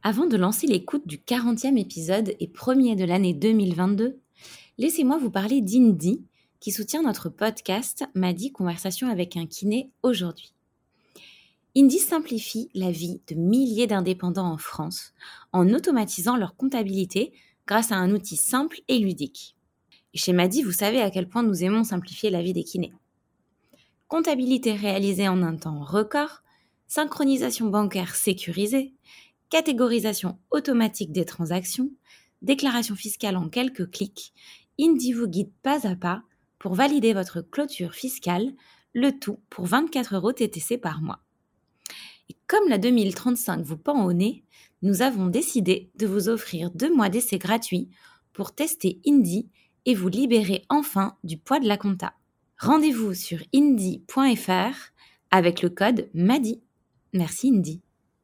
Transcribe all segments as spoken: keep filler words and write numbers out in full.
Avant de lancer l'écoute du quarantième épisode et premier de l'année deux mille vingt-deux, laissez-moi vous parler d'Indy, qui soutient notre podcast Madi Conversation avec un kiné aujourd'hui. Indy simplifie la vie de milliers d'indépendants en France en automatisant leur comptabilité grâce à un outil simple et ludique. Et chez Madi, vous savez à quel point nous aimons simplifier la vie des kinés. Comptabilité réalisée en un temps record, synchronisation bancaire sécurisée, catégorisation automatique des transactions, déclaration fiscale en quelques clics, Indy vous guide pas à pas pour valider votre clôture fiscale, le tout pour vingt-quatre euros T T C par mois. Et comme la deux mille trente-cinq vous pend au nez, nous avons décidé de vous offrir deux mois d'essai gratuits pour tester Indy et vous libérer enfin du poids de la compta. Rendez-vous sur indy point f r avec le code MADI. Merci Indy.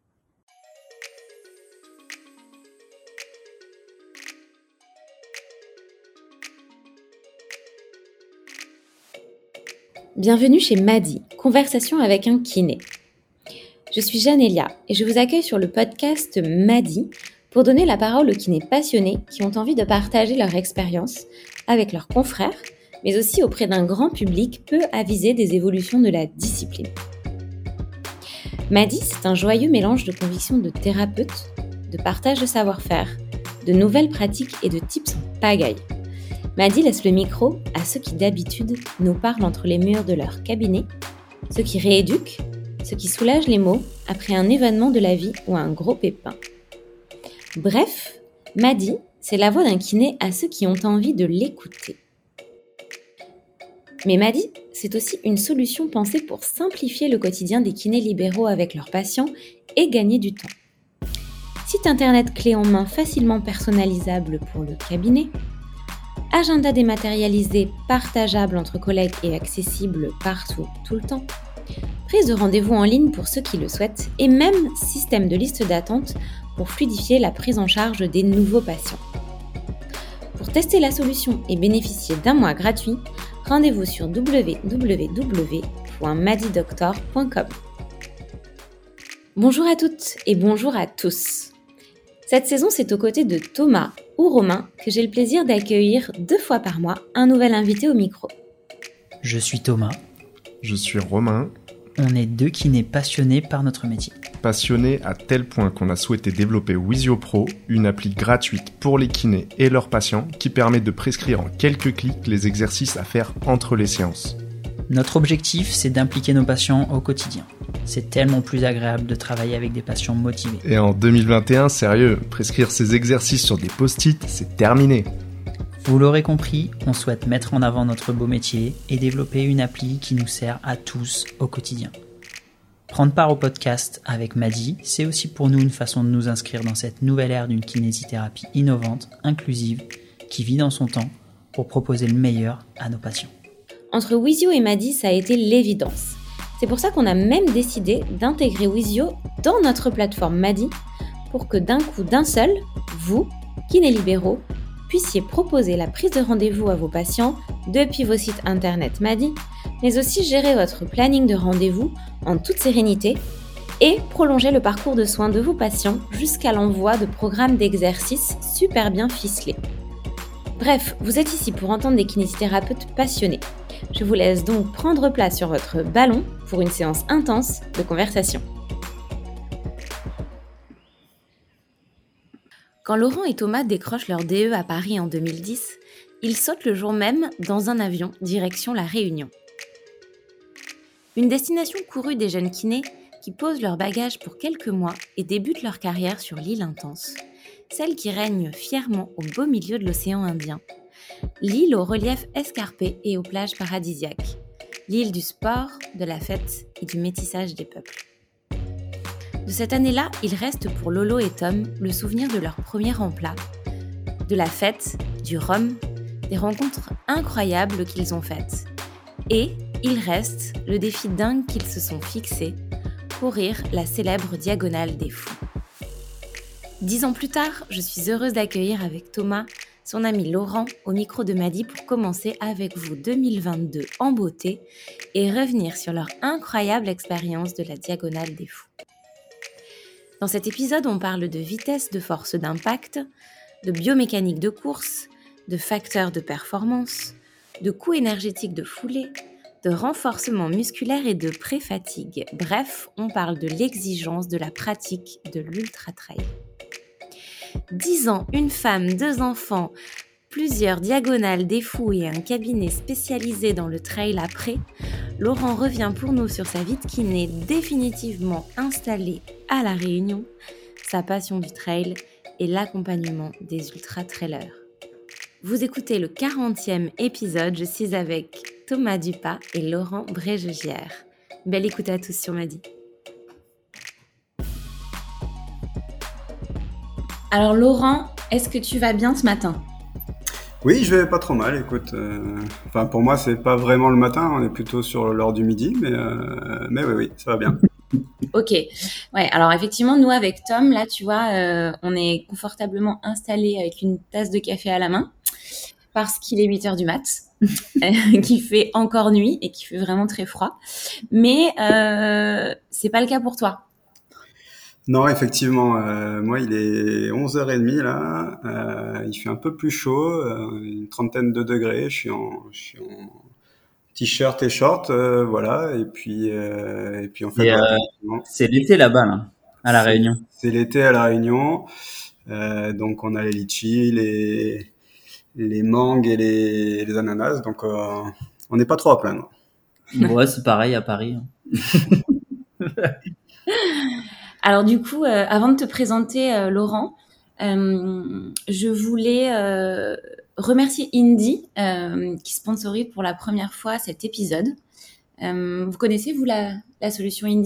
Bienvenue chez Madi, Conversation avec un kiné. Je suis Janélia et je vous accueille sur le podcast Madi pour donner la parole aux kinés passionnés qui ont envie de partager leur expérience avec leurs confrères, mais aussi auprès d'un grand public peu avisé des évolutions de la discipline. Madi, c'est un joyeux mélange de convictions de thérapeutes, de partage de savoir-faire, de nouvelles pratiques et de tips en pagaille. Madi laisse le micro à ceux qui d'habitude nous parlent entre les murs de leur cabinet, ceux qui rééduquent, ceux qui soulagent les maux après un événement de la vie ou un gros pépin. Bref, Madi, c'est la voix d'un kiné à ceux qui ont envie de l'écouter. Mais Madi, c'est aussi une solution pensée pour simplifier le quotidien des kinés libéraux avec leurs patients et gagner du temps. Site internet clé en main facilement personnalisable pour le cabinet, agenda dématérialisé, partageable entre collègues et accessible partout, tout le temps. Prise de rendez-vous en ligne pour ceux qui le souhaitent et même système de liste d'attente pour fluidifier la prise en charge des nouveaux patients. Pour tester la solution et bénéficier d'un mois gratuit, rendez-vous sur w w w point madidoctor point com. Bonjour à toutes et bonjour à tous. Cette saison, c'est aux côtés de Thomas ou Romain que j'ai le plaisir d'accueillir deux fois par mois un nouvel invité au micro. Je suis Thomas. Je suis Romain. On est deux kinés passionnés par notre métier. Passionnés à tel point qu'on a souhaité développer Wizio Pro, une appli gratuite pour les kinés et leurs patients qui permet de prescrire en quelques clics les exercices à faire entre les séances. Notre objectif, c'est d'impliquer nos patients au quotidien. C'est tellement plus agréable de travailler avec des patients motivés. Et en deux mille vingt et un, sérieux, prescrire ces exercices sur des post-it, c'est terminé. Vous l'aurez compris, on souhaite mettre en avant notre beau métier et développer une appli qui nous sert à tous au quotidien. Prendre part au podcast avec Madi, c'est aussi pour nous une façon de nous inscrire dans cette nouvelle ère d'une kinésithérapie innovante, inclusive, qui vit dans son temps pour proposer le meilleur à nos patients. Entre Wizio et Madi, ça a été l'évidence. C'est pour ça qu'on a même décidé d'intégrer Wizio dans notre plateforme Madi pour que d'un coup d'un seul, vous, kinés libéraux, puissiez proposer la prise de rendez-vous à vos patients depuis vos sites internet Madi, mais aussi gérer votre planning de rendez-vous en toute sérénité et prolonger le parcours de soins de vos patients jusqu'à l'envoi de programmes d'exercices super bien ficelés. Bref, vous êtes ici pour entendre des kinésithérapeutes passionnés. Je vous laisse donc prendre place sur votre ballon pour une séance intense de conversation. Quand Laurent et Thomas décrochent leur D E à Paris en deux mille dix, ils sautent le jour même dans un avion direction La Réunion. Une destination courue des jeunes kinés qui posent leurs bagages pour quelques mois et débutent leur carrière sur l'île Intense, celle qui règne fièrement au beau milieu de l'océan Indien. L'île au relief escarpé et aux plages paradisiaques. L'île du sport, de la fête et du métissage des peuples. De cette année-là, il reste pour Lolo et Tom le souvenir de leur premier emploi, de la fête, du rhum, des rencontres incroyables qu'ils ont faites. Et il reste le défi dingue qu'ils se sont fixés, courir la célèbre Diagonale des Fous. Dix ans plus tard, je suis heureuse d'accueillir avec Thomas son ami Laurent au micro de Madi pour commencer avec vous deux mille vingt-deux en beauté et revenir sur leur incroyable expérience de la Diagonale des Fous. Dans cet épisode, on parle de vitesse, de force d'impact, de biomécanique de course, de facteurs de performance, de coût énergétique de foulée, de renforcement musculaire et de pré-fatigue. Bref, on parle de l'exigence de la pratique de l'ultra-trail. dix ans, une femme, deux enfants, plusieurs diagonales des fous et un cabinet spécialisé dans le trail après, Laurent revient pour nous sur sa vie de kiné définitivement installée à La Réunion, sa passion du trail et l'accompagnement des ultra-trailers. Vous écoutez le quarantième épisode, je suis avec Thomas Dupas et Laurent Brégegière. Belle écoute à tous sur Madi. Alors Laurent, est-ce que tu vas bien ce matin ? Oui, je vais pas trop mal, écoute. Euh, enfin, pour moi, c'est pas vraiment le matin, on est plutôt sur l'heure du midi, mais, euh, mais oui, oui, ça va bien. Ok. Ouais, alors effectivement, nous avec Tom, là, tu vois, euh, on est confortablement installés avec une tasse de café à la main parce qu'il est huit heures du mat, qu'il fait encore nuit et qu'il fait vraiment très froid. Mais euh, c'est pas le cas pour toi. Non, effectivement, euh, moi, il est onze heures trente là, euh, il fait un peu plus chaud, euh, une trentaine de degrés, je suis en, je suis en t-shirt et short, euh, voilà, et puis, euh, et puis en fait, Et, ouais, euh, c'est l'été là-bas, là, à La c'est, Réunion. C'est l'été à La Réunion, euh, donc on a les litchis, les, les mangues et les, les ananas, donc euh, on n'est pas trop à plaindre. Ouais, c'est pareil à Paris. Alors du coup, euh, avant de te présenter euh, Laurent, euh, je voulais euh, remercier Indy euh, qui sponsorise pour la première fois cet épisode. Euh, vous connaissez, vous, la, la solution Indy ?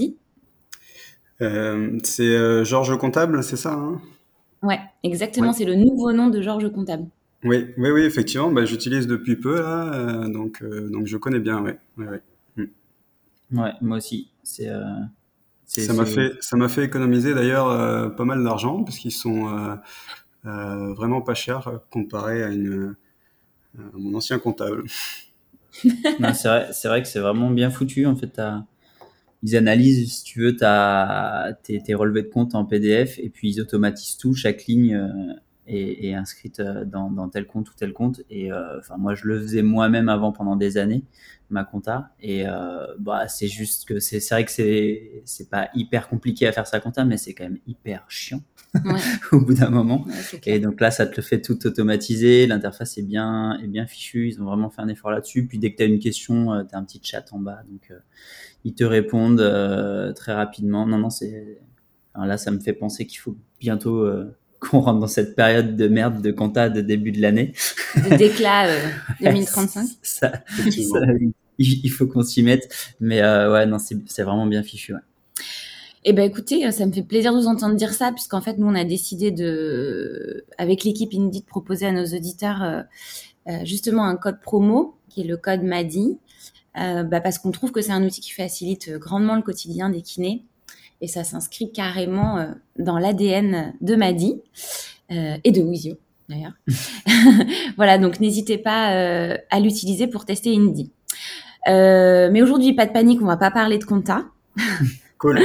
euh, C'est euh, Georges Comptable, c'est ça, hein ? Ouais, exactement, Ouais. C'est le nouveau nom de Georges Comptable. Oui, oui, oui, effectivement, bah, j'utilise depuis peu, là, euh, donc, euh, donc je connais bien, ouais. Ouais, ouais. Mm. Ouais, moi aussi. C'est... Euh... C'est, ça m'a c'est... fait, ça m'a fait économiser d'ailleurs euh, pas mal d'argent parce qu'ils sont euh, euh, vraiment pas chers comparé à, une, à mon ancien comptable. Non, c'est vrai, c'est vrai que c'est vraiment bien foutu. En fait, t'as... ils analysent, si tu veux, t'as... Tes, tes relevés de compte en P D F et puis ils automatisent tout. Chaque ligne euh, est, est inscrite dans, dans tel compte ou tel compte. Et euh, enfin, moi, je le faisais moi-même avant pendant des années, ma compta. Et euh, bah, c'est juste que c'est, c'est vrai que c'est, c'est pas hyper compliqué à faire sa compta, mais c'est quand même hyper chiant. Ouais. Au bout d'un moment. Ouais, et donc là, ça te le fait tout automatiser. L'interface est bien, est bien fichue. Ils ont vraiment fait un effort là-dessus. Puis dès que tu as une question, euh, tu as un petit chat en bas. Donc, euh, ils te répondent euh, très rapidement. Non, non, c'est... Alors là, ça me fait penser qu'il faut bientôt euh, qu'on rentre dans cette période de merde de compta de début de l'année. De déclat euh, deux mille trente-cinq. ça, ça, il faut qu'on s'y mette. Mais euh, ouais, non, c'est, c'est vraiment bien fichu, ouais. Eh ben écoutez, ça me fait plaisir de vous entendre dire ça, puisqu'en fait, nous, on a décidé de, avec l'équipe Indy, de proposer à nos auditeurs euh, euh, justement un code promo, qui est le code Madi, euh, bah, parce qu'on trouve que c'est un outil qui facilite grandement le quotidien des kinés, et ça s'inscrit carrément euh, dans l'A D N de Madi, euh, et de Wizio, d'ailleurs. Voilà, donc n'hésitez pas euh, à l'utiliser pour tester Indy. Euh, mais aujourd'hui, pas de panique, on va pas parler de compta. Cool.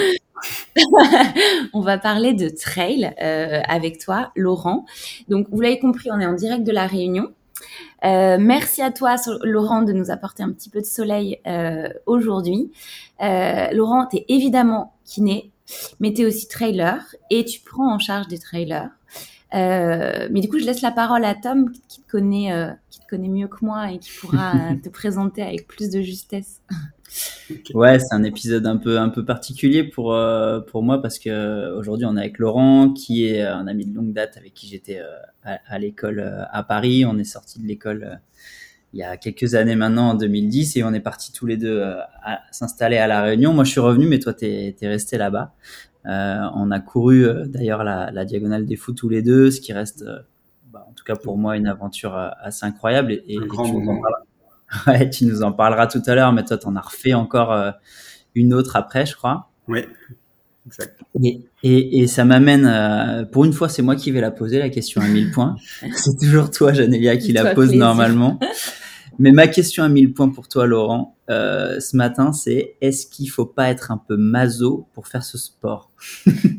On va parler de trail euh, avec toi, Laurent. Donc, vous l'avez compris, on est en direct de La Réunion. Euh, merci à toi, Laurent, de nous apporter un petit peu de soleil euh, aujourd'hui. Euh, Laurent, tu es évidemment kiné, mais tu es aussi trailer et tu prends en charge des trailers. Euh, mais du coup, je laisse la parole à Tom, qui te connaît, euh, qui te connaît mieux que moi et qui pourra euh, te présenter avec plus de justesse. Ouais, c'est un épisode un peu un peu particulier pour euh, pour moi parce que aujourd'hui on est avec Laurent qui est un ami de longue date avec qui j'étais euh, à, à l'école euh, à Paris. On est sorti de l'école euh, il y a quelques années maintenant, en deux mille dix, et on est partis tous les deux euh, à s'installer à La Réunion. Moi, je suis revenu, mais toi, t'es t'es resté là-bas. Euh, on a couru euh, d'ailleurs la, la diagonale des fous tous les deux, ce qui reste, euh, bah, en tout cas pour moi, une aventure euh, assez incroyable. Et, et, un et grand tu moment. Ouais, tu nous en parleras tout à l'heure, mais toi, t'en as refait encore euh, une autre après, je crois. Oui, exact. Et, et, et ça m'amène, euh, pour une fois, c'est moi qui vais la poser, la question à mille points. C'est toujours toi, Janélia, qui la pose plaisir. Normalement. Mais ma question à mille points pour toi, Laurent, euh, ce matin, c'est est-ce qu'il faut pas être un peu maso pour faire ce sport ?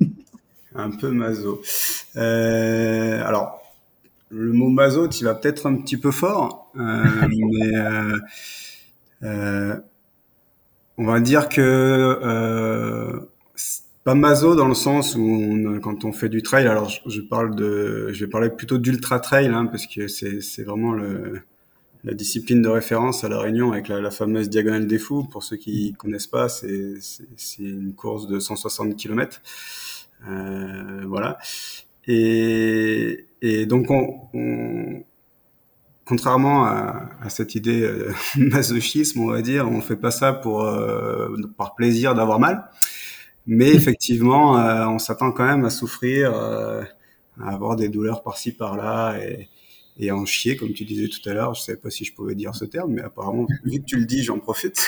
un peu maso. Euh, alors, le mot maso, tu vas peut-être un petit peu fort, euh, mais euh, euh, on va dire que euh, c'est pas maso dans le sens où on, quand on fait du trail, alors je, je parle de, je vais parler plutôt d'ultra trail, hein, parce que c'est c'est vraiment le la discipline de référence à La Réunion avec la, la fameuse Diagonale des Fous. Pour ceux qui connaissent pas, c'est c'est, c'est une course de cent soixante kilomètres. Euh, voilà. Et, et donc, on, on, contrairement à, à cette idée euh, masochisme, on va dire, on fait pas ça pour euh, par plaisir d'avoir mal, mais effectivement, euh, on s'attend quand même à souffrir, euh, à avoir des douleurs par-ci par-là et, et à en chier, comme tu disais tout à l'heure. Je savais pas si je pouvais dire ce terme, mais apparemment, vu que tu le dis, j'en profite.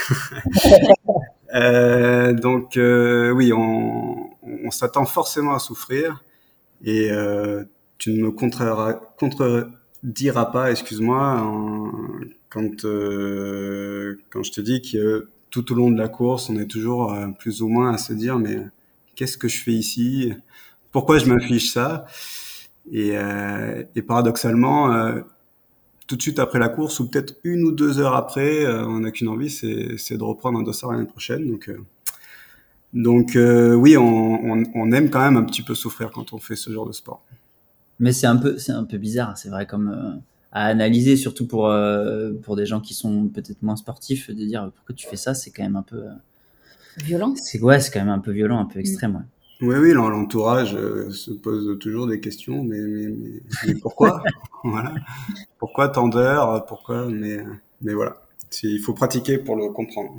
euh, donc, euh, oui, on, on s'attend forcément à souffrir. Et euh, tu ne me contreras, contrediras pas, excuse-moi, en, quand euh, quand je te dis que tout au long de la course, on est toujours euh, plus ou moins à se dire mais qu'est-ce que je fais ici? Pourquoi je m'inflige ça? Et, euh, et paradoxalement, euh, tout de suite après la course, ou peut-être une ou deux heures après, euh, on n'a qu'une envie, c'est, c'est de reprendre un dossard l'année prochaine. Donc euh, Donc euh, oui, on, on, on aime quand même un petit peu souffrir quand on fait ce genre de sport. Mais c'est un peu, c'est un peu bizarre, c'est vrai, comme euh, à analyser, surtout pour euh, pour des gens qui sont peut-être moins sportifs, de dire pourquoi tu fais ça, c'est quand même un peu euh, violent. C'est ouais, c'est quand même un peu violent, un peu extrême, ouais. Oui, oui, l'entourage euh, se pose toujours des questions, mais mais mais, mais pourquoi? Voilà, pourquoi tant d'heures? Pourquoi? Mais mais voilà, il faut pratiquer pour le comprendre.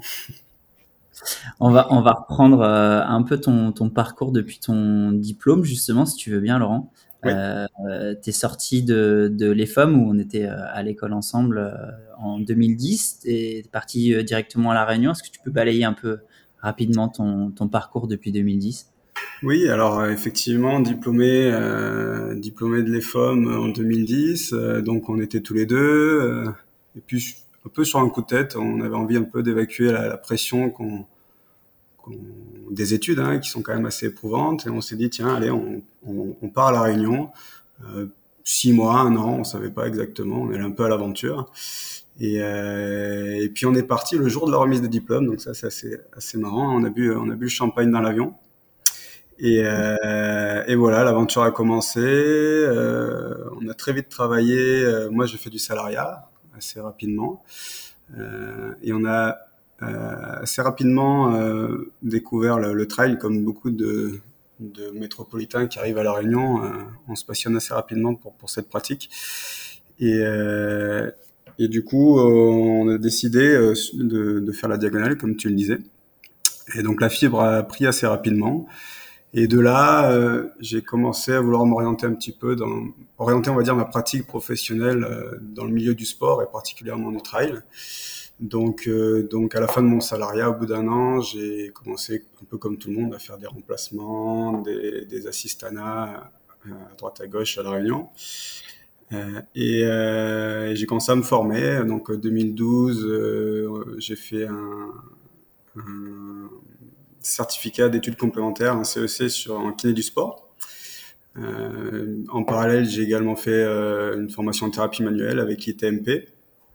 On va, on va reprendre euh, un peu ton, ton parcours depuis ton diplôme, justement, si tu veux bien, Laurent. Oui. Euh, t'es sorti de, de l'E F O M, où on était euh, à l'école ensemble euh, en deux mille dix. T'es parti euh, directement à La Réunion. Est-ce que tu peux balayer un peu rapidement ton, ton parcours depuis deux mille dix? Oui, alors euh, effectivement, diplômé, euh, diplômé de l'E F O M en deux mille dix, euh, donc on était tous les deux, euh, et puis un peu sur un coup de tête, on avait envie un peu d'évacuer la, la pression qu'on, qu'on, des études, hein, qui sont quand même assez éprouvantes, et on s'est dit tiens, allez, on, on, on part à La Réunion, euh, six mois, un an, on savait pas exactement, on allait un peu à l'aventure. Et, euh, et puis on est parti le jour de la remise de diplôme, donc ça c'est assez, assez marrant. On a bu, on a bu le champagne dans l'avion. Et, euh, et voilà, l'aventure a commencé. Euh, on a très vite travaillé. Euh, moi, j'ai fait du salariat assez rapidement. Euh, et on a euh, assez rapidement euh, découvert le, le trail, comme beaucoup de, de métropolitains qui arrivent à La Réunion. Euh, on se passionne assez rapidement pour, pour cette pratique. Et, euh, et du coup, euh, on a décidé euh, de, de faire la diagonale, comme tu le disais. Et donc, la fibre a pris assez rapidement. Et de là, euh, j'ai commencé à vouloir m'orienter un petit peu dans, orienter, on va dire, ma pratique professionnelle euh, dans le milieu du sport et particulièrement du trail. Donc, euh, donc à la fin de mon salariat, au bout d'un an, j'ai commencé un peu comme tout le monde à faire des remplacements, des, des assistanats à droite à gauche à La Réunion. Euh, et, euh, et j'ai commencé à me former. Donc, en deux mille douze, euh, j'ai fait un, un certificat d'études complémentaires, un C E C sur en kiné du sport. Euh, en parallèle, j'ai également fait euh, une formation en thérapie manuelle avec l'I T M P.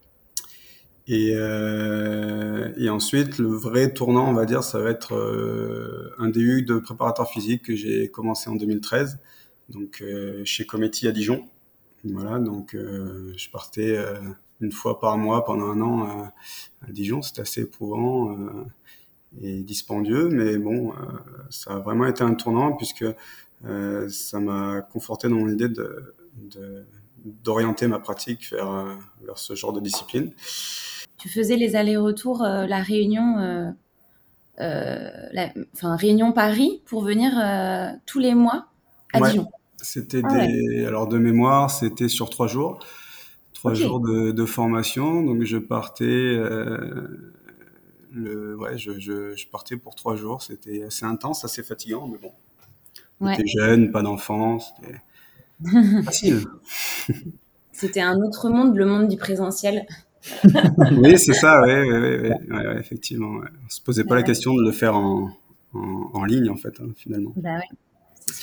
Et, euh, et ensuite, le vrai tournant, on va dire, ça va être euh, un D U de préparateur physique que j'ai commencé en deux mille treize, donc euh, chez Cometti à Dijon. Voilà, donc euh, je partais euh, une fois par mois pendant un an à, à Dijon. C'était assez éprouvant. Euh, et dispendieux, mais bon, euh, ça a vraiment été un tournant puisque euh, ça m'a conforté dans mon idée de, de, d'orienter ma pratique vers, euh, vers ce genre de discipline. Tu faisais les allers-retours, euh, la Réunion, euh, euh, la, enfin Réunion Paris pour venir euh, tous les mois à ouais, Dijon. C'était Ah des, ouais. alors de mémoire, c'était sur trois jours, trois Okay. jours de, de formation, donc je partais. Euh, Le, ouais, je, je, je partais pour trois jours. C'était assez intense, assez fatigant, mais bon. On Ouais. était jeune, pas d'enfants, c'était facile. C'était un autre monde, le monde du présentiel. Oui, c'est ça, ouais, ouais, ouais, ouais, ouais, ouais, effectivement. Ouais. On se posait pas Ah la ouais. question de le faire en, en, en ligne, en fait, hein, finalement. Bah ouais, c'est sûr.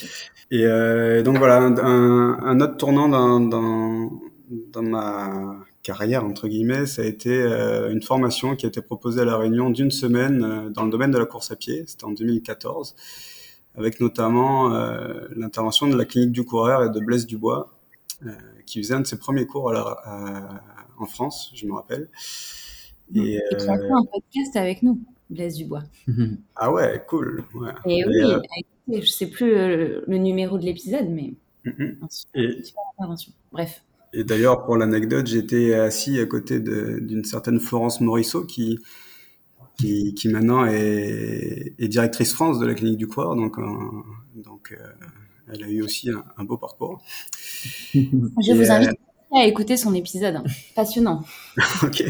Et euh, donc voilà, un, un, un autre tournant dans, dans, dans ma carrière, entre guillemets, ça a été euh, une formation qui a été proposée à La Réunion d'une semaine euh, dans le domaine de la course à pied. C'était en deux mille quatorze, avec notamment euh, l'intervention de la clinique du coureur et de Blaise Dubois, euh, qui faisait un de ses premiers cours à la, à, en France, je me rappelle. Et, et qui a fait un podcast avec nous, Blaise Dubois. Ah ouais, cool. Ouais. Et, et oui, euh... écoutez, je sais plus le, le numéro de l'épisode, mais mm-hmm. un super, et... super intervention. Bref. Et d'ailleurs, pour l'anecdote, j'étais assis à côté de, d'une certaine Florence Morisseau qui, qui, qui maintenant est, est directrice France de la clinique du coureur. Donc, euh, donc euh, elle a eu aussi un, un beau parcours. Je et vous invite euh... à écouter son épisode. Hein. Passionnant. Ok.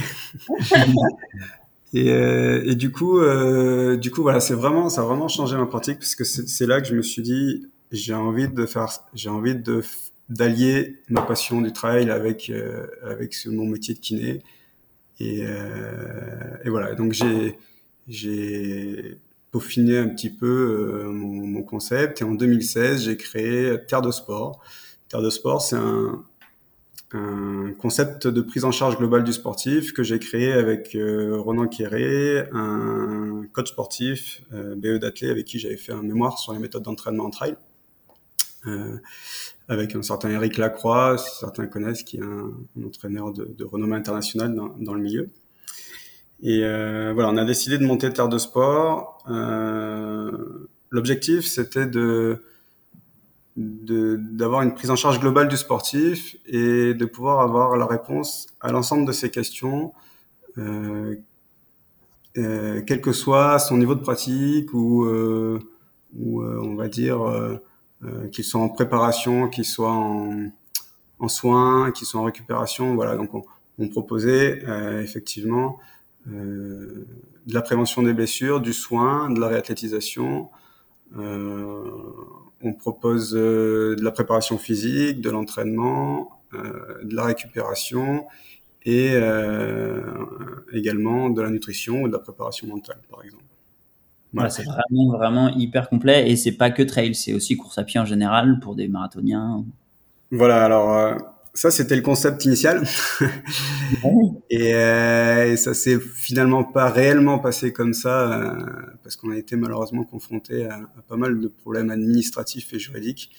Et, euh, et du coup, euh, du coup, voilà, c'est vraiment, ça a vraiment changé ma pratique parce que c'est, c'est là que je me suis dit, j'ai envie de faire, j'ai envie de d'allier ma passion du trail avec euh, avec ce, mon métier de kiné. Et, euh, et voilà. Donc j'ai j'ai peaufiné un petit peu euh, mon, mon concept et en deux mille seize, j'ai créé Terre de Sport. Terre de Sport, c'est un un concept de prise en charge globale du sportif que j'ai créé avec euh, Ronan Quéré, un coach sportif, euh, B E d'athlète avec qui j'avais fait un mémoire sur les méthodes d'entraînement en trail, euh, avec un certain Eric Lacroix, si certains connaissent, qui est un, un entraîneur de, de renommée internationale dans, dans le milieu. Et euh, voilà, on a décidé de monter Terre de Sport. Euh, l'objectif, c'était de De, d'avoir une prise en charge globale du sportif et de pouvoir avoir la réponse à l'ensemble de ces questions, euh, euh, quel que soit son niveau de pratique ou, euh, ou euh, on va dire euh, euh, qu'il soit en préparation, qu'il soit en, en soins, qu'il soit en récupération. Voilà, donc on, on proposait euh, effectivement euh, de la prévention des blessures, du soin, de la réathlétisation. Euh, on propose euh, de la préparation physique, de l'entraînement, euh, de la récupération et euh, également de la nutrition ou de la préparation mentale, par exemple. Voilà. Ouais, c'est vraiment, vraiment hyper complet et c'est pas que trail, c'est aussi course à pied en général pour des marathoniens. Voilà, alors euh, ça c'était le concept initial et, euh, et ça s'est finalement pas réellement passé comme ça euh, parce qu'on a été malheureusement confronté à, à pas mal de problèmes administratifs et juridiques.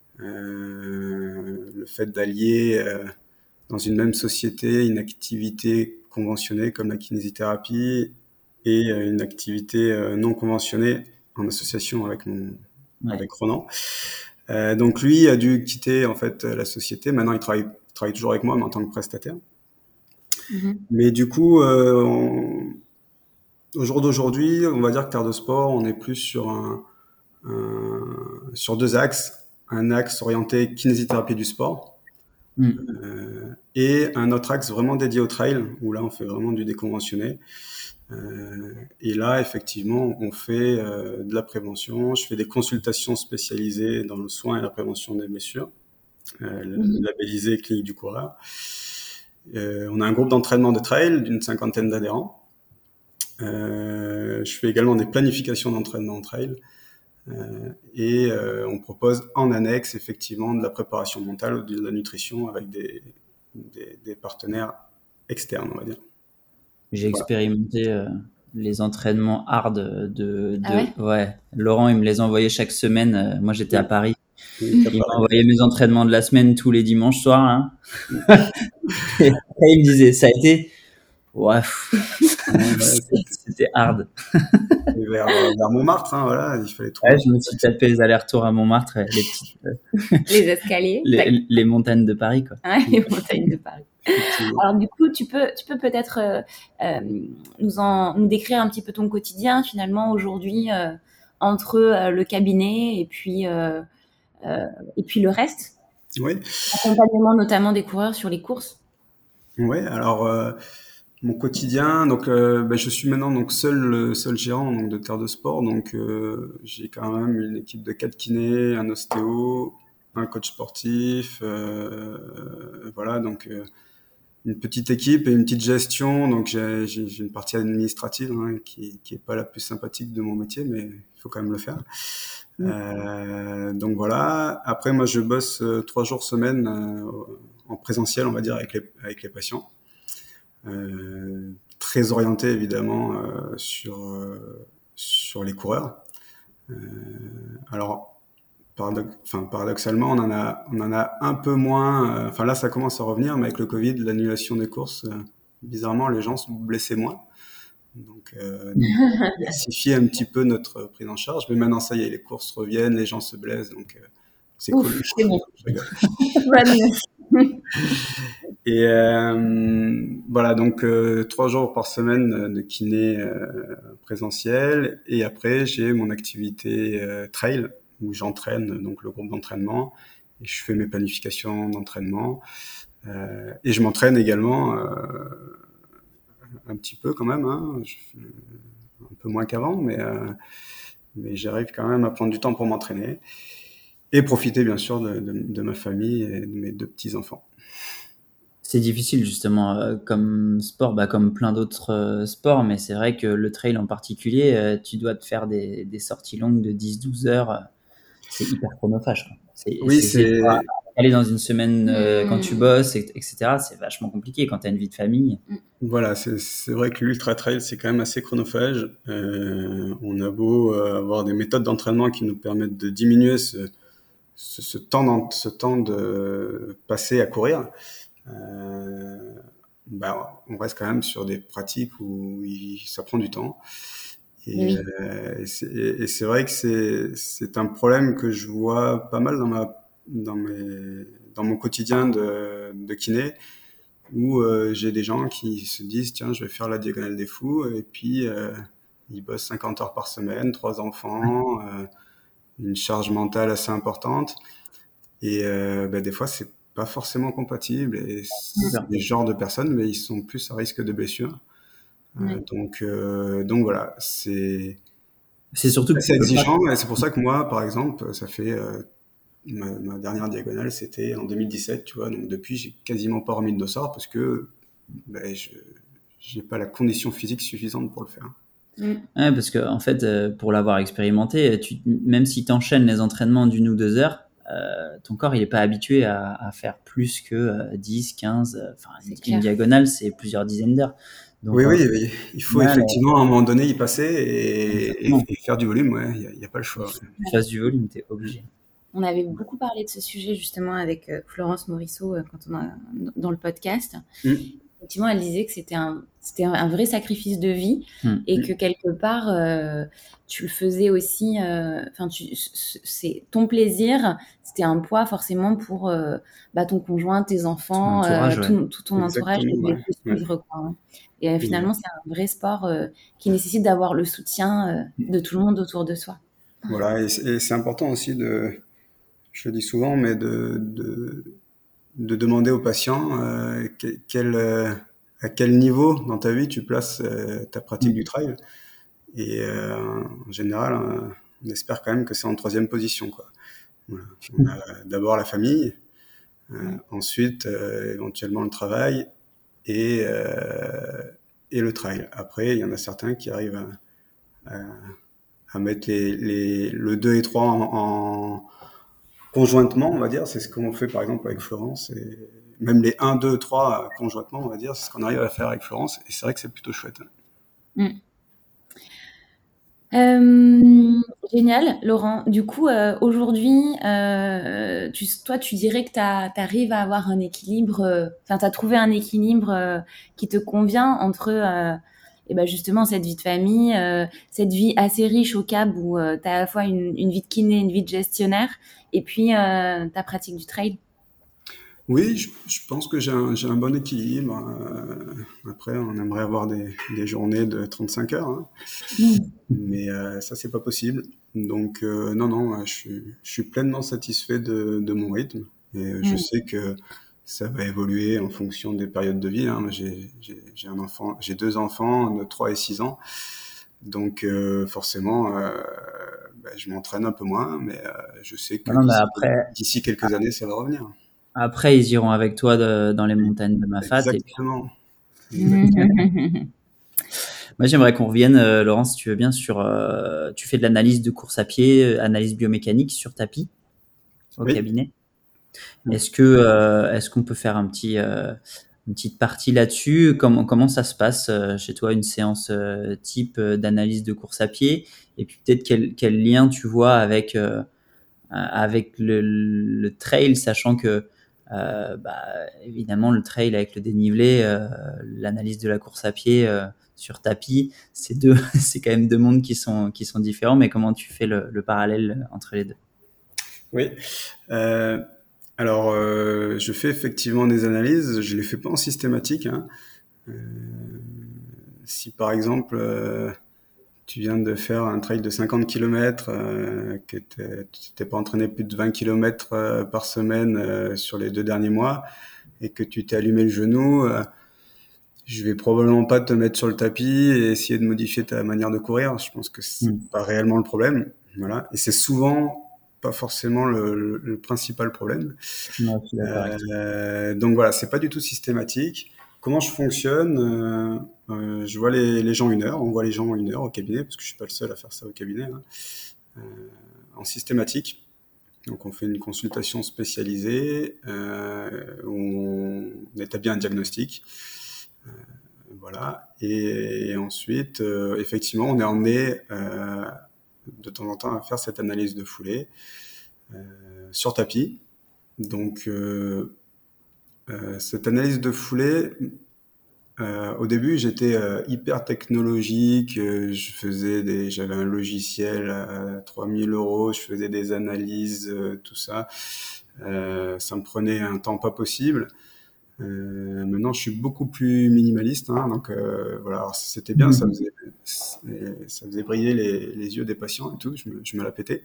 Euh, le fait d'allier euh, dans une même société une activité conventionnée comme la kinésithérapie et euh, une activité euh, non conventionnée en association avec mon ouais. avec Ronan. Euh, donc lui a dû quitter en fait la société. Maintenant il travaille travaille toujours avec moi mais en tant que prestataire. Mm-hmm. Mais du coup, euh, on... au jour d'aujourd'hui, on va dire que Terre de Sport, on est plus sur un, un sur deux axes. Un axe orienté kinésithérapie du sport mm. euh, et un autre axe vraiment dédié au trail où là on fait vraiment du déconventionné euh, et là effectivement on fait euh, de la prévention, je fais des consultations spécialisées dans le soin et la prévention des blessures euh, mm. labellisé clinique du coureur. Euh, on a un groupe d'entraînement de trail d'une cinquantaine d'adhérents. Euh, je fais également des planifications d'entraînement en trail. Euh, et euh, on propose en annexe effectivement de la préparation mentale ou de la nutrition avec des, des, des partenaires externes, on va dire. J'ai voilà. expérimenté euh, les entraînements hard de, de ah ouais, ouais. Laurent il me les envoyait chaque semaine. Euh, moi j'étais oui. à Paris. Oui, il m'envoyait mes entraînements de la semaine tous les dimanches soirs. Hein. Et après il me disait ça a été ouais, c'était hard. Vers, vers Montmartre, hein, voilà, il fallait trouver. Ouais, je me suis tapé les allers-retours à Montmartre, les petites, les escaliers, les, les montagnes de Paris, quoi. Ouais, les montagnes de Paris. Alors du coup, tu peux, tu peux peut-être euh, euh, nous en, nous décrire un petit peu ton quotidien finalement aujourd'hui euh, entre euh, le cabinet et puis euh, euh, et puis le reste. Oui. Accompagnement notamment des coureurs sur les courses. Oui, alors. Euh... Mon quotidien, donc euh, ben, je suis maintenant donc seul seul gérant donc de Terre de Sport, donc euh, j'ai quand même une équipe de quatre kinés, un ostéo, un coach sportif, euh, voilà donc euh, une petite équipe et une petite gestion, donc j'ai, j'ai, j'ai une partie administrative hein, qui qui est pas la plus sympathique de mon métier, mais il faut quand même le faire. Mmh. Euh, donc voilà. Après, moi, je bosse euh, trois jours semaine euh, en présentiel, on va dire, avec les avec les patients. Euh, très orienté évidemment euh, sur euh, sur les coureurs. Euh, alors paradox- enfin, paradoxalement, on en a on en a un peu moins. euh, Enfin là, ça commence à revenir, mais avec le Covid, l'annulation des courses, euh, bizarrement, les gens sont blessés moins. Donc, euh, donc diversifier un petit peu notre prise en charge. Mais maintenant, ça y est, les courses reviennent, les gens se blessent, donc euh, c'est Ouf, cool. c'est bon. Je rigole. Bonne news. Et euh, voilà, donc euh, trois jours par semaine de kiné euh, présentiel. Et après, j'ai mon activité euh, trail où j'entraîne donc le groupe d'entraînement et je fais mes planifications d'entraînement. Euh, et je m'entraîne également euh, un petit peu quand même, hein. Je fais un peu moins qu'avant, mais euh, mais j'arrive quand même à prendre du temps pour m'entraîner et profiter bien sûr de, de, de ma famille et de mes deux petits enfants. C'est difficile justement euh, comme sport, bah, comme plein d'autres euh, sports, mais c'est vrai que le trail en particulier, euh, tu dois te faire des, des sorties longues de dix douze heures. euh, C'est hyper chronophage, quoi. C'est, Oui, c'est, c'est c'est aller dans une semaine euh, quand tu Mmh. bosses, et- etc. C'est vachement compliqué quand tu as une vie de famille. voilà, c'est c'est vrai que l'ultra trail c'est quand même assez chronophage. Euh, on a beau euh, avoir des méthodes d'entraînement qui nous permettent de diminuer ce, ce, ce temps d'en- ce temps de passer à courir. Euh, bah, on reste quand même sur des pratiques où il- ça prend du temps. Et, Oui. euh, et c'est et c'est vrai que c'est c'est un problème que je vois pas mal dans ma dans mes dans mon quotidien de, de kiné où euh, j'ai des gens qui se disent tiens je vais faire la diagonale des fous et puis euh, ils bossent cinquante heures par semaine, trois enfants, euh, une charge mentale assez importante et euh, bah, des fois c'est pas forcément compatible et c'est des genres de personnes mais ils sont plus à risque de blessure. Euh, Ouais. donc euh, donc voilà c'est C'est surtout que assez tu peux pas. exigeant et c'est pour ça que moi, par exemple, ça fait euh, ma, ma dernière diagonale, c'était en deux mille dix-sept, tu vois. Donc depuis, j'ai quasiment pas remis de dossard parce que ben, je j'ai pas la condition physique suffisante pour le faire. Mmh. Ouais, parce que en fait, euh, pour l'avoir expérimenté, tu, même si tu enchaînes les entraînements d'une ou deux heures, euh, ton corps il est pas habitué à, à faire plus que euh, dix, quinze. euh, Enfin, C'est une, clair. une diagonale, c'est plusieurs dizaines d'heures. Donc, Oui, en oui, oui, il faut final, effectivement à un moment donné y passer et, et, exactement, et faire du volume. Ouais, il y a, y a pas le il choix. faut que tu fasses du volume, tu es obligé. On avait beaucoup parlé de ce sujet justement avec euh, Florence Morisseau euh, quand on a dans le podcast. Mm. Effectivement, elle disait que c'était un, c'était un vrai sacrifice de vie Hmm. et que quelque part, euh, tu le faisais aussi, euh, enfin, tu, c'est ton plaisir, c'était un poids forcément pour euh, bah, ton conjoint, tes Ton enfants, entourage, euh, ouais. tout, tout ton entourage qui Exactement. devait Ouais, te ouais. suivre, quoi, hein. Et euh, finalement, Exact. c'est un vrai sport euh, qui nécessite d'avoir le soutien euh, de tout le monde autour de soi. Voilà, et c'est et c'est important aussi de, je le dis souvent, mais de, de de demander aux patients euh, que- quel, euh, à quel niveau dans ta vie tu places euh, ta pratique Hmm. du trail. Et euh, en général, euh, on espère quand même que c'est en troisième position, quoi. Voilà. On a d'abord la famille, euh, Mm. ensuite euh, éventuellement le travail et, euh, et le trail. Après, il y en a certains qui arrivent à, à, à mettre les, les, le deux et trois en, en conjointement, on va dire. C'est ce qu'on fait par exemple avec Florence. Et même les un, deux, trois conjointement, on va dire, c'est ce qu'on arrive à faire avec Florence. Et c'est vrai que c'est plutôt chouette. Mm. Euh, génial, Laurent. Du coup, euh, aujourd'hui, euh, tu, toi, tu dirais que tu arrives à avoir un équilibre, euh, enfin, tu as trouvé un équilibre euh, qui te convient entre euh, eh ben justement cette vie de famille, euh, cette vie assez riche au C A B où tu as à la fois une, une vie de kiné, une vie de gestionnaire, et puis euh, ta pratique du trail. Oui, je, je pense que j'ai un, j'ai un bon équilibre. Euh, après, on aimerait avoir des, des journées de trente-cinq heures, hein. Mm. Mais euh, ça, c'est pas possible. Donc, euh, non, non, je suis, je suis pleinement satisfait de, de mon rythme. Et euh, je Mm. sais que ça va évoluer en fonction des périodes de vie, hein. J'ai, j'ai, j'ai un enfant, j'ai deux enfants de trois et six ans. Donc, euh, forcément, euh, ben, je m'entraîne un peu moins, mais euh, je sais que Non, non, mais d'ici, après, d'ici quelques années, ça va revenir. Après, ils iront avec toi de, dans les montagnes de Mafat. Et puis... Exactement. Exactement. Moi, j'aimerais qu'on revienne, euh, Laurent, si tu veux bien, sur. Euh, tu fais de l'analyse de course à pied, euh, analyse biomécanique sur tapis au Oui. cabinet. Est-ce que, euh, est-ce qu'on peut faire un petit, euh, une petite partie là-dessus? Comment, comment ça se passe euh, chez toi, une séance euh, type euh, d'analyse de course à pied? Et puis peut-être quel, quel lien tu vois avec, euh, avec le, le trail, sachant que euh, bah, évidemment le trail avec le dénivelé, euh, l'analyse de la course à pied euh, sur tapis, c'est deux, c'est quand même deux mondes qui sont qui sont différents. Mais comment tu fais le, le parallèle entre les deux? Oui. Euh, alors, euh, je fais effectivement des analyses. Je les fais pas en systématique, hein. Euh, si par exemple, euh, tu viens de faire un trail de cinquante kilomètres, euh, que t'es- tu t'es pas entraîné plus de vingt kilomètres euh, par semaine euh, sur les deux derniers mois, et que tu t'es allumé le genou, euh, je vais probablement pas te mettre sur le tapis et essayer de modifier ta manière de courir. Je pense que c'est Mm. pas réellement le problème. Voilà. Et c'est souvent pas forcément le, le- le principal problème. Ouais, je suis d'accord avec toi. Euh, donc voilà, c'est pas du tout systématique. Comment je fonctionne? Euh, euh, je vois les, les gens une heure, on voit les gens une heure au cabinet, parce que je suis pas le seul à faire ça au cabinet, hein. Euh, en systématique. Donc on fait une consultation spécialisée, euh, où on établit un diagnostic. Euh, voilà. Et, et ensuite, euh, effectivement, on est emmené euh, de temps en temps à faire cette analyse de foulée euh, sur tapis. Donc, euh, euh, cette analyse de foulée, euh, au début, j'étais euh, hyper technologique. euh, je faisais des, j'avais un logiciel à trois mille euros. Je faisais des analyses, euh, tout ça. Euh, ça me prenait un temps pas possible. Euh, maintenant, je suis beaucoup plus minimaliste, hein, donc euh, voilà. Alors, c'était bien, ça Mm. faisait, ça faisait briller les, les yeux des patients et tout. Je me, je me la pétais.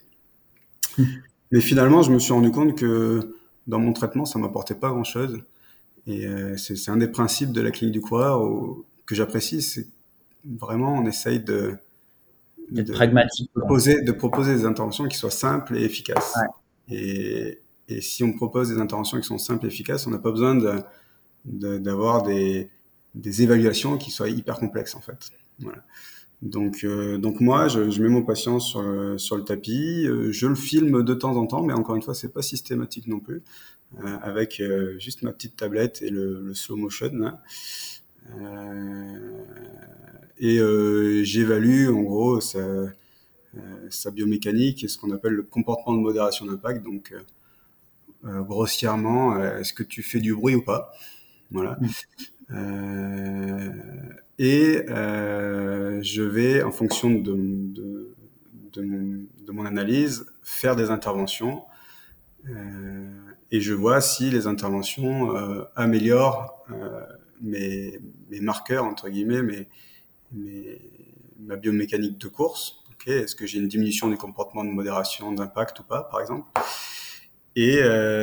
Mais finalement, je me suis rendu compte que dans mon traitement, ça m'apportait pas grand-chose. Et euh, c'est c'est un des principes de la clinique du coureur où- que j'apprécie, c'est vraiment on essaye de, D'être de pragmatique, quoi. proposer, de proposer des interventions qui soient simples et efficaces. Ouais. Et, et si on propose des interventions qui sont simples et efficaces, on n'a pas besoin de, de- d'avoir des, des évaluations qui soient hyper complexes en fait. Voilà. Donc, euh, donc moi, je, je mets mon patient sur le, sur le tapis, euh, je le filme de temps en temps, mais encore une fois, c'est pas systématique non plus, euh, avec euh, juste ma petite tablette et le, le slow motion, là. Euh, et euh, j'évalue en gros sa, euh, sa biomécanique et ce qu'on appelle le comportement de modération d'impact. Donc, euh, euh, grossièrement, euh, est-ce que tu fais du bruit ou pas? Voilà. Mm. Euh, et euh, je vais, en fonction de, de, de, mon, de mon analyse, faire des interventions. Euh, et je vois si les interventions euh, améliorent euh, mes, mes marqueurs, entre guillemets, mes, mes, ma biomécanique de course. Okay, est-ce que j'ai une diminution du comportement de modération d'impact ou pas, par exemple? Et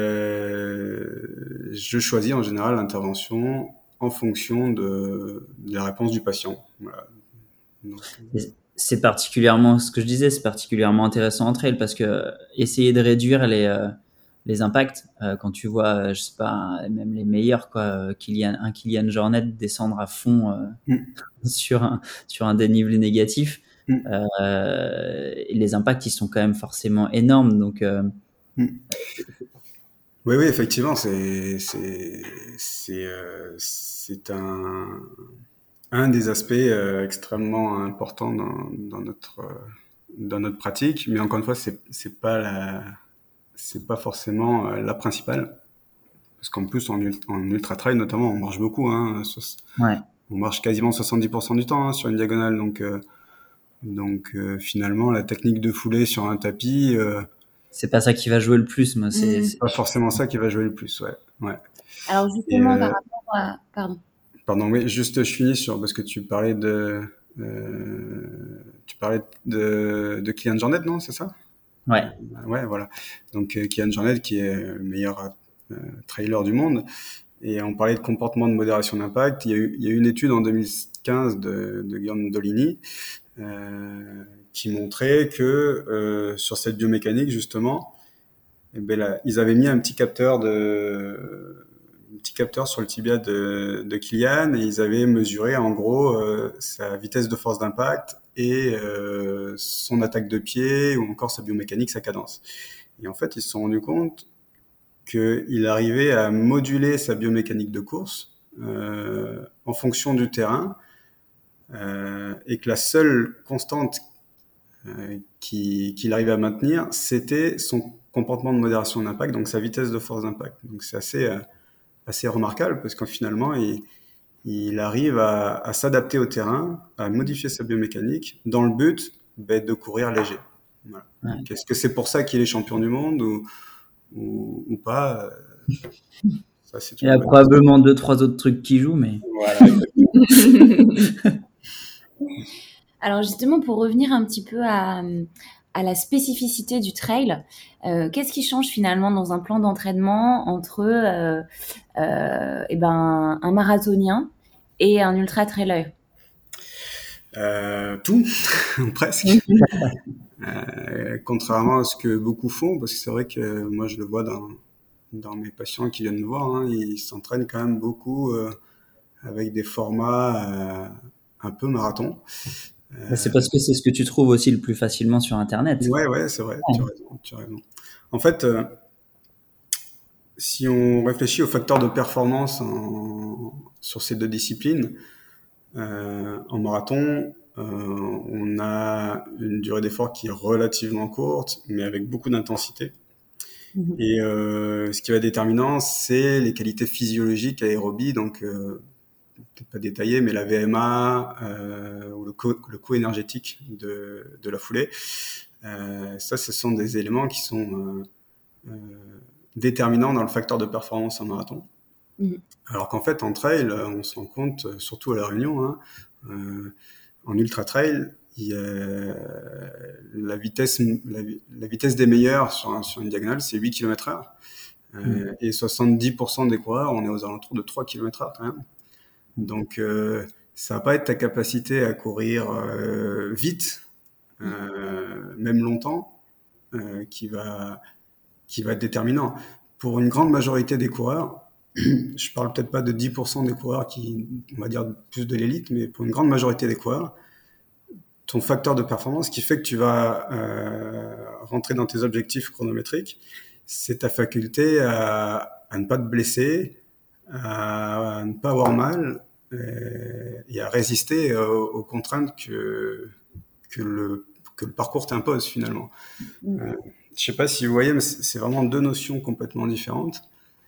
euh, je choisis en général l'intervention en fonction de, de la réponse du patient. Voilà. Donc, Et c'est particulièrement, ce que je disais, c'est particulièrement intéressant entre elles parce que essayer de réduire les, euh, les impacts, euh, quand tu vois, euh, je sais pas, même les meilleurs, quoi, euh, Kylian, un Kylian Jornet descendre à fond euh, mm, sur un, sur un dénivelé négatif, mm, euh, les impacts, ils sont quand même forcément énormes. Donc, euh, mm. Oui, oui, effectivement, c'est c'est c'est euh, c'est un un des aspects euh, extrêmement importants dans, dans notre euh, dans notre pratique, mais encore une fois, c'est c'est pas la c'est pas forcément euh, la principale, parce qu'en plus en, ul- en ultra trail notamment, on marche beaucoup, hein, so- ouais, on marche quasiment soixante-dix pour cent du temps hein, sur une diagonale, donc euh, donc euh, finalement la technique de foulée sur un tapis, euh, c'est pas ça qui va jouer le plus, moi, c'est, Hmm. c'est- pas forcément ça qui va jouer le plus, ouais, ouais. Alors Et justement, par euh, rapport à... Pardon. pardon, oui, juste je finis sur parce que tu parlais de euh, tu parlais de de Kylian Jornet, non, c'est ça? ouais. Ouais, voilà. Donc euh, Kylian Jornet qui est le meilleur euh, trailer du monde. Et on parlait de comportement de modération d'impact. Il y a eu, il y a eu une étude en deux mille quinze de, de Guillaume Dolini euh, qui montrait que euh, sur cette biomécanique, justement, Et ben là, ils avaient mis un petit capteur de un petit capteur sur le tibia de, de Kylian et ils avaient mesuré en gros euh, sa vitesse de force d'impact et euh, son attaque de pied ou encore sa biomécanique, sa cadence. Et en fait, ils se sont rendus compte qu'il arrivait à moduler sa biomécanique de course euh, en fonction du terrain euh, et que la seule constante euh, qui, qu'il arrivait à maintenir, c'était son comportement de modération d'impact, donc sa vitesse de force d'impact. Donc c'est assez, euh, assez remarquable parce qu'en finalement, il, il arrive à, à s'adapter au terrain, à modifier sa biomécanique dans le but ben, de courir léger. Voilà. Ouais. Donc, est-ce que c'est pour ça qu'il est champion du monde ou, ou, ou pas? Ça, c'est Il y a probablement deux, trois autres trucs qui jouent, mais... Voilà, exactement. Alors justement, pour revenir un petit peu à, à la spécificité du trail, euh, qu'est-ce qui change finalement dans un plan d'entraînement entre euh, euh, eh ben, un marathonien et un ultra-trailer? Euh, tout, presque. euh, contrairement à ce que beaucoup font, parce que c'est vrai que moi je le vois dans, dans mes patients qui viennent me voir, hein, ils s'entraînent quand même beaucoup euh, avec des formats euh, un peu marathon. Euh, c'est parce que c'est ce que tu trouves aussi le plus facilement sur Internet. Ouais, ouais, c'est vrai, tu as raison, tu as raison. En fait, euh, si on réfléchit aux facteurs de performance en, sur ces deux disciplines, euh, en marathon, euh, on a une durée d'effort qui est relativement courte, mais avec beaucoup d'intensité. Mmh. Et euh, ce qui va être déterminant, c'est les qualités physiologiques aérobie, donc euh, peut-être pas détaillé, mais la V M A euh, ou le coût le coût énergétique de, de la foulée. Euh, ça, ce sont des éléments qui sont euh, euh, déterminants dans le facteur de performance en marathon. Mmh. Alors qu'en fait, en trail, on se rend compte, surtout à La Réunion, hein, euh, en ultra-trail, il y a la vitesse, la, la vitesse des meilleurs sur, un, sur une diagonale, c'est huit kilomètres heure. Euh, mmh. Et soixante-dix pour cent des coureurs, on est aux alentours de trois kilomètres heure quand même. Donc, euh, ça va pas être ta capacité à courir euh, vite, euh, même longtemps, euh, qui va, qui va être déterminant. Pour une grande majorité des coureurs, je parle peut-être pas de dix pour cent des coureurs qui, on va dire plus de l'élite, mais pour une grande majorité des coureurs, ton facteur de performance qui fait que tu vas euh, rentrer dans tes objectifs chronométriques, c'est ta faculté à, à ne pas te blesser, à, à ne pas avoir mal et à résister aux, aux contraintes que, que, le, que le parcours t'impose finalement. Mmh. Euh, je sais pas si vous voyez, mais c'est vraiment deux notions complètement différentes.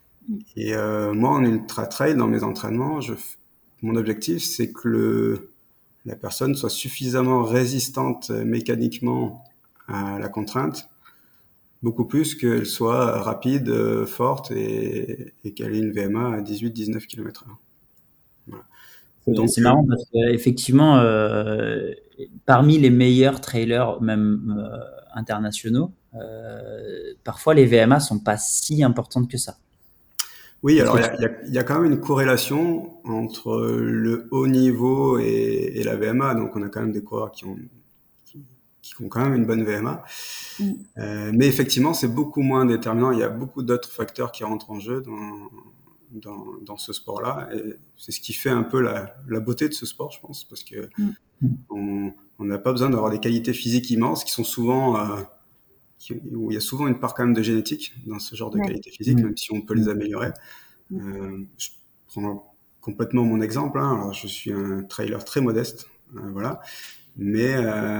Et euh, moi, en ultra trail, dans mes entraînements, je, mon objectif, c'est que le, la personne soit suffisamment résistante mécaniquement à la contrainte, beaucoup plus qu'elle soit rapide, forte et, et qu'elle ait une V M A à dix-huit à dix-neuf kilomètres heure. Voilà. Donc, c'est marrant parce qu'effectivement, euh, parmi les meilleurs trailers, même euh, internationaux, euh, parfois les V M A sont pas si importantes que ça. Oui, alors il y a, y a quand même une corrélation entre le haut niveau et, et la V M A. Donc on a quand même des coureurs qui ont, qui, qui ont quand même une bonne V M A. Mm. Euh, mais effectivement, c'est beaucoup moins déterminant. Il y a beaucoup d'autres facteurs qui rentrent en jeu dans, dans, dans ce sport-là. Et c'est ce qui fait un peu la, la beauté de ce sport, je pense, parce que mm. on on n'a pas besoin d'avoir des qualités physiques immenses qui sont souvent... Euh, où il y a souvent une part quand même de génétique dans ce genre de ouais. qualité physique, mmh. même si on peut les améliorer. Mmh. Euh, je prends complètement mon exemple. Hein. Alors, je suis un trailer très modeste, euh, voilà, mais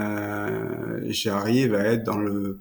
euh, j'arrive à être dans le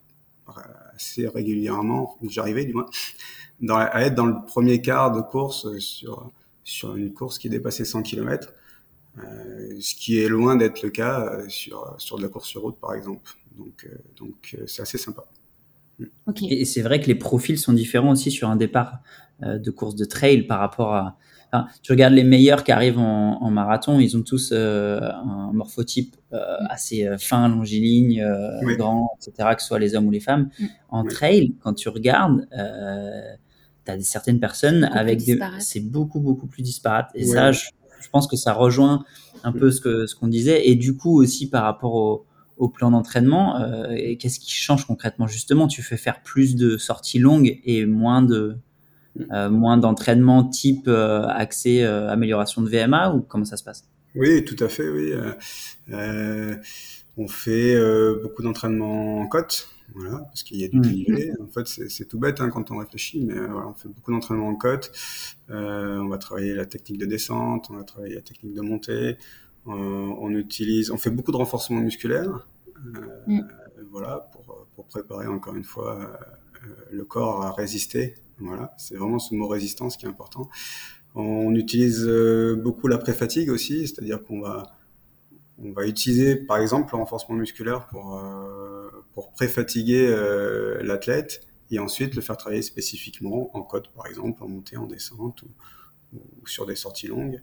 assez régulièrement, j'arrivais du moins, dans, à être dans le premier quart de course sur sur une course qui dépassait cent kilomètres, euh, ce qui est loin d'être le cas sur sur de la course sur route, par exemple. Donc, euh, donc euh, c'est assez sympa. Okay. Et c'est vrai que les profils sont différents aussi sur un départ euh, de course de trail par rapport à... Enfin, tu regardes les meilleurs qui arrivent en, en marathon, ils ont tous euh, un morphotype euh, assez euh, fin, longiligne, euh, oui. grand, et cetera, que ce soit les hommes ou les femmes. Oui. En trail, quand tu regardes, euh, tu as certaines personnes avec des... C'est beaucoup, beaucoup plus disparate. Et oui. ça, je, je pense que ça rejoint un peu ce que ce qu'on disait. Et du coup, aussi par rapport au au plan d'entraînement. Euh, et qu'est-ce qui change concrètement? Justement, tu fais faire plus de sorties longues et moins de euh, moins d'entraînement type euh, axé euh, amélioration de V M A, ou comment ça se passe? Oui, tout à fait, oui. Euh, euh, on fait euh, beaucoup d'entraînements en côte, voilà, parce qu'il y a du Mmh. dénivelé. En fait, c'est, c'est tout bête hein, quand on réfléchit, mais euh, voilà, on fait beaucoup d'entraînements en côte. Euh, on va travailler la technique de descente, on va travailler la technique de montée. Euh, on utilise, on fait beaucoup de renforcement musculaire, euh, Mm. voilà, pour, pour préparer encore une fois euh, le corps à résister. Voilà, c'est vraiment ce mot résistance qui est important. On utilise euh, beaucoup la pré-fatigue aussi, c'est-à-dire qu'on va on va utiliser par exemple le renforcement musculaire pour euh, pour pré-fatiguer euh, l'athlète et ensuite le faire travailler spécifiquement en côte par exemple, en montée, en descente ou, ou sur des sorties longues.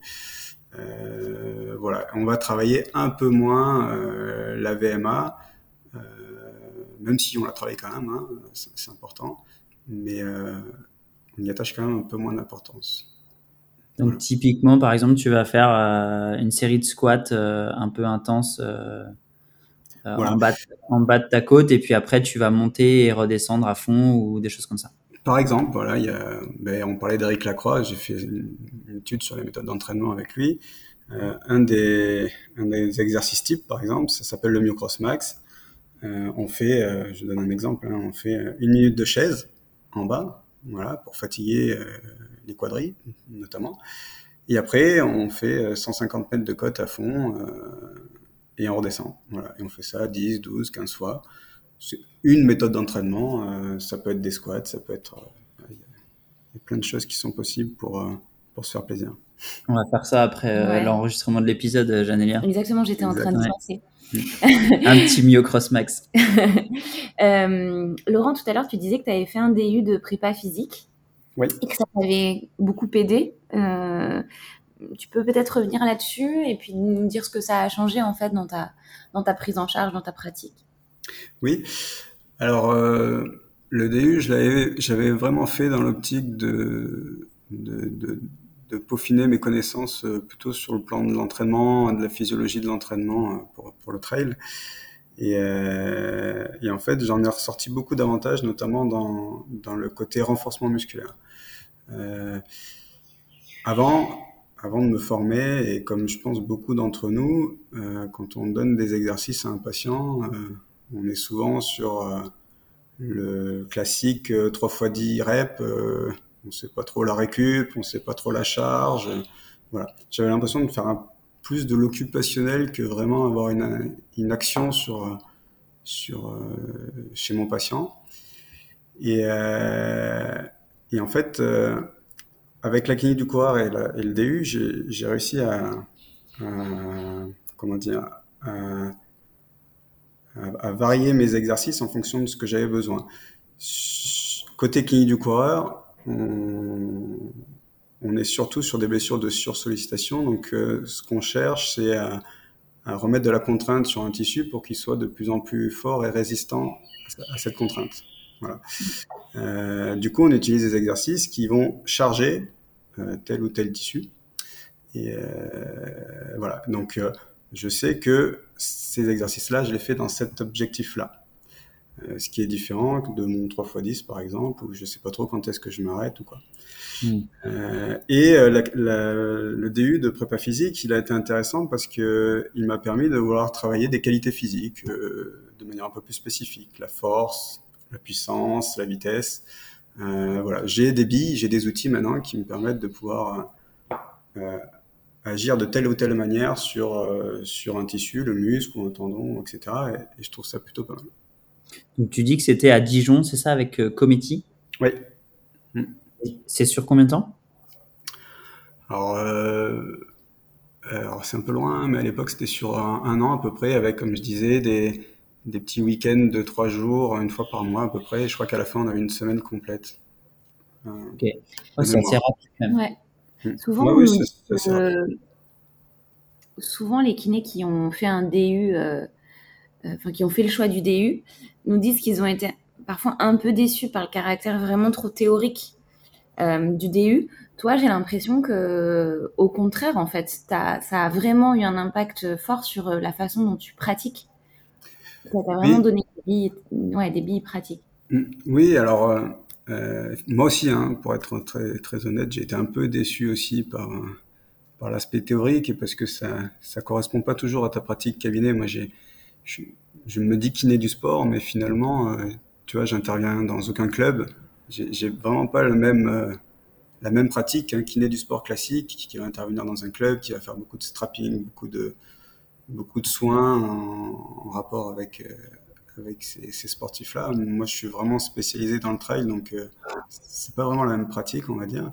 Euh, voilà, on va travailler un peu moins euh, la V M A, euh, même si on la travaille quand même, hein, c'est, c'est important, mais euh, on y attache quand même un peu moins d'importance. Donc Voilà. typiquement, par exemple, tu vas faire euh, une série de squats euh, un peu intense euh, euh, Voilà. en bas, de, en bas de ta côte, et puis après tu vas monter et redescendre à fond ou des choses comme ça. Par exemple, voilà, il y a, ben, on parlait d'Éric Lacroix, j'ai fait une, une étude sur les méthodes d'entraînement avec lui. Euh, un, des, un des exercices types, par exemple, ça s'appelle le myocross max. Euh, on fait, euh, je donne un exemple, hein, on fait une minute de chaise en bas, voilà, pour fatiguer euh, les quadris notamment. Et après, on fait cent cinquante mètres de côte à fond euh, et on redescend. Voilà, et on fait ça dix, douze, quinze fois. C'est une méthode d'entraînement. Euh, ça peut être des squats, ça peut être. Euh, il y a plein de choses qui sont possibles pour euh, pour se faire plaisir. On va faire ça après euh, Ouais. l'enregistrement de l'épisode, euh, Janélia. Exactement, j'étais en train de Ouais. penser. Un petit myocross max. Euh, Laurent, tout à l'heure, tu disais que tu avais fait un D U de prépa physique Oui. et que ça t'avait beaucoup aidé. Euh, tu peux peut-être revenir là-dessus et puis nous dire ce que ça a changé en fait dans ta, dans ta prise en charge, dans ta pratique. Oui. Alors, euh, le D U, je l'avais, j'avais vraiment fait dans l'optique de, de, de, de peaufiner mes connaissances euh, plutôt sur le plan de l'entraînement, de la physiologie de l'entraînement euh, pour, pour le trail. Et, euh, et en fait, j'en ai ressorti beaucoup d'avantages, notamment dans, dans le côté renforcement musculaire. Euh, avant, avant de me former, et comme je pense beaucoup d'entre nous, euh, quand on donne des exercices à un patient, euh, on est souvent sur euh, le classique euh, trois fois dix reps, euh, on sait pas trop la récup, on sait pas trop la charge. Euh, voilà. J'avais l'impression de faire un, plus de l'occupationnel que vraiment avoir une, une action sur, sur, euh, chez mon patient. Et, euh, et en fait, euh, avec la clinique du coureur et, la, et le D U, j'ai, j'ai réussi à, à, comment dire, à, à, à varier mes exercices en fonction de ce que j'avais besoin. Côté clinique du coureur, on, on est surtout sur des blessures de sursollicitation. Donc, euh, ce qu'on cherche, c'est à, à remettre de la contrainte sur un tissu pour qu'il soit de plus en plus fort et résistant à cette contrainte. Voilà. Euh, du coup, on utilise des exercices qui vont charger euh, tel ou tel tissu. Et euh, voilà. Donc, euh, je sais que ces exercices-là, je les fais dans cet objectif-là. Euh, ce qui est différent de mon trois fois dix, par exemple, où je sais pas trop quand est-ce que je m'arrête ou quoi. Mmh. Euh, et euh, la, la, le D U de prépa physique, il a été intéressant parce que il m'a permis de vouloir travailler des qualités physiques euh, de manière un peu plus spécifique, la force, la puissance, la vitesse. Euh, voilà, j'ai des billes, j'ai des outils maintenant qui me permettent de pouvoir euh, agir de telle ou telle manière sur euh, sur un tissu, le muscle ou un tendon, et cetera. Et, et je trouve ça plutôt pas mal. Donc tu dis que c'était à Dijon, c'est ça, avec euh, Cometi? Oui. Mmh. C'est sur combien de temps? Alors, euh, alors c'est un peu loin, mais à l'époque c'était sur un, un an à peu près, avec, comme je disais, des, des petits week-ends de trois jours, une fois par mois à peu près. Je crois qu'à la fin on avait une semaine complète. Euh, ok, ouais, c'est assez rapide même. Ouais. Mmh. Souvent, ouais, oui, c'est, c'est assez euh, souvent les kinés qui ont fait un D U, euh, enfin qui ont fait le choix du D U, nous disent qu'ils ont été parfois un peu déçus par le caractère vraiment trop théorique euh, du D U. Toi, j'ai l'impression que, au contraire, en fait, t'as, ça a vraiment eu un impact fort sur la façon dont tu pratiques. Ça t'a vraiment Oui, donné des billes, ouais, des billes pratiques. mm, oui. Alors euh, euh, moi aussi, hein, pour être très très honnête, j'ai été un peu déçu aussi par euh, par l'aspect théorique et parce que ça ça correspond pas toujours à ta pratique cabinet. Moi, j'ai je, je me dis kiné du sport, mais finalement, euh, tu vois, j'interviens dans aucun club. J'ai j'ai vraiment pas le même euh, la même pratique qu'un kiné du sport classique qui va intervenir dans un club, qui va faire beaucoup de strapping, beaucoup de beaucoup de soins en, en rapport avec euh, avec ces, ces sportifs-là. Moi, je suis vraiment spécialisé dans le trail, donc euh, c'est pas vraiment la même pratique, on va dire.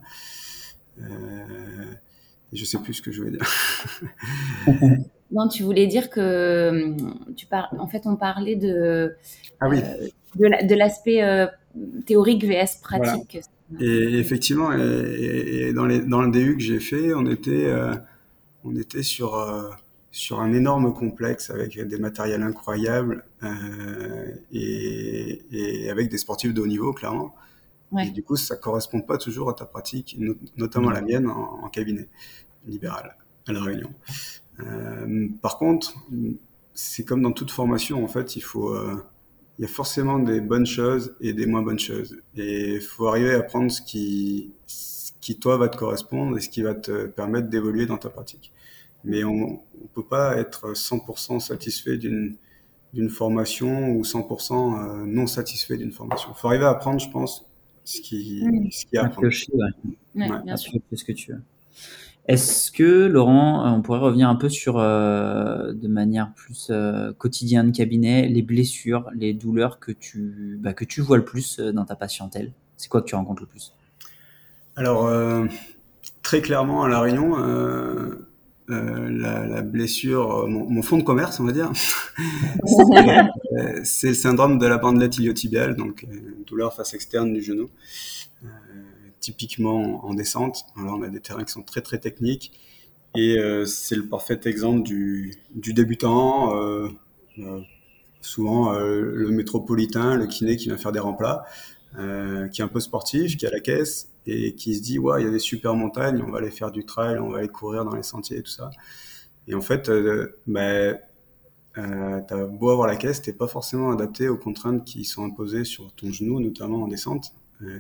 Euh, et je sais plus ce que je voulais dire. Non, tu voulais dire que hum, tu par... en fait, on parlait de, Ah oui, euh, de la- de l'aspect euh, théorique vs voilà. pratique. Et effectivement, et, et dans, les, dans le D U que j'ai fait, on était, euh, on était sur, euh, sur un énorme complexe avec des matériels incroyables euh, et, et avec des sportifs de haut niveau, clairement. Et Ouais. du coup, ça correspond pas toujours à ta pratique, no- notamment la Ouais. mienne en, en cabinet libéral à La Réunion. Euh, par contre, c'est comme dans toute formation, en fait, il faut, euh, il y a forcément des bonnes choses et des moins bonnes choses. Et il faut arriver à prendre ce qui, ce qui toi va te correspondre et ce qui va te permettre d'évoluer dans ta pratique. Mais on, on peut pas être cent pour cent satisfait d'une d'une formation ou cent pour cent euh, non satisfait d'une formation. Il faut arriver à apprendre, je pense, ce qui, Mm. ce qui est à À apprendre. piocher, ouais. Ouais, Ouais. bien À sûr. piocher ce que tu veux. Est-ce que, Laurent, euh, on pourrait revenir un peu sur, euh, de manière plus euh, quotidienne cabinet, les blessures, les douleurs que tu, bah, que tu vois le plus euh, dans ta patientèle? C'est quoi que tu rencontres le plus? Alors, euh, très clairement, à La Réunion, euh, euh, la, la blessure, euh, mon, mon fonds de commerce, on va dire, c'est euh, c'est le syndrome de la bandelette iliotibiale, donc euh, douleur face externe du genou, euh, typiquement en descente. Alors, on a des terrains qui sont très très techniques et euh, c'est le parfait exemple du, du débutant, euh, euh, souvent euh, le métropolitain, le kiné qui vient faire des remplats, euh, qui est un peu sportif, qui a la caisse et qui se dit ouais, il y a des super montagnes, on va aller faire du trail, on va aller courir dans les sentiers et tout ça. Et en fait, euh, ben, euh, t'as beau avoir la caisse, t'es pas forcément adapté aux contraintes qui sont imposées sur ton genou, notamment en descente. Euh,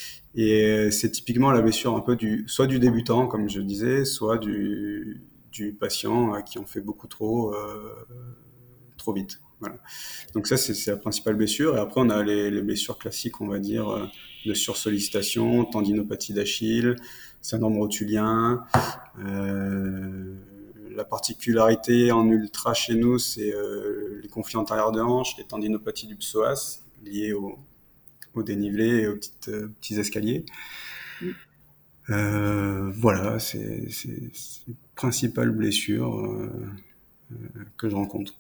et c'est typiquement la blessure un peu du, soit du débutant, comme je disais, soit du, du patient euh, qui en fait beaucoup trop, euh, trop vite. Voilà. Donc ça, c'est c'est la principale blessure. Et après, on a les, les blessures classiques, on va dire, euh, de sursollicitation, tendinopathie d'Achille, syndrome rotulien. Euh, la particularité en ultra chez nous, c'est euh, les conflits antérieurs de hanche, les tendinopathies du psoas, liées au, au dénivelé et aux petites, euh, petits escaliers. Euh, voilà, c'est c'est- c'est les principales blessures euh, que je rencontre.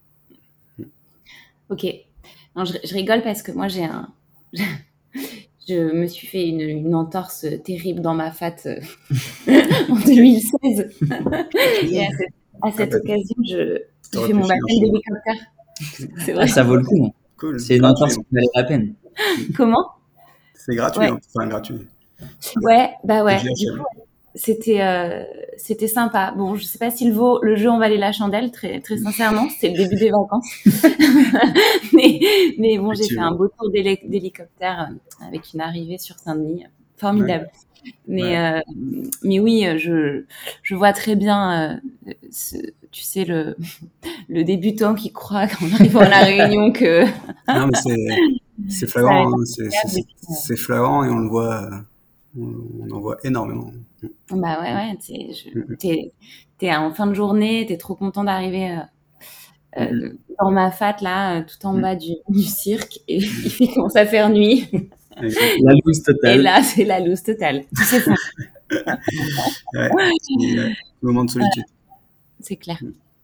Ok. Non, je, je rigole parce que moi, j'ai un. Je me suis fait une, une entorse terrible dans ma fat euh, en deux mille seize. Et à cette, à Ah cette bah, occasion, je, j'ai t'aurais fait pu mon finir baptême chez moi. d'hélicoptère. C'est Ah, vrai. ça vaut le coup, hein. Cool, C'est une gratuit. entorse qui valait la peine. Comment? C'est gratuit, Ouais. hein. Enfin, gratuit. Ouais, bah C'est ouais. Du G H M. coup, c'était euh, c'était sympa. Bon, je sais pas si le, vaut, le jeu en valait la chandelle, très, très sincèrement. C'était le début des vacances. mais, mais bon, j'ai fait un Effectivement. beau tour d'hélé- d'hélicoptère euh, avec une arrivée sur Saint-Denis. Ouais, Formidable. Mais, ouais. euh, mais oui, je, je vois très bien, euh, ce, tu sais, le, le débutant qui croit qu'en arrivant à La Réunion que Non, mais c'est c'est ça va flagrant, être hein. C'est incroyable. Et c'est- puis, c'est flagrant et on le voit, euh, on, on en voit énormément. euh, bah ouais, ouais, t'es, je- Mm, t'es, t'es en fin de journée, t'es trop content d'arriver euh, mm, mm, euh, dans ma fat, là, euh, tout en mm, bas du, du cirque, et mm. il fait commence à faire nuit. Exactement. La loose Et totale. là, c'est la loose totale. Tout s'effondre. Ouais, c'est ouais, moment de solitude. C'est clair.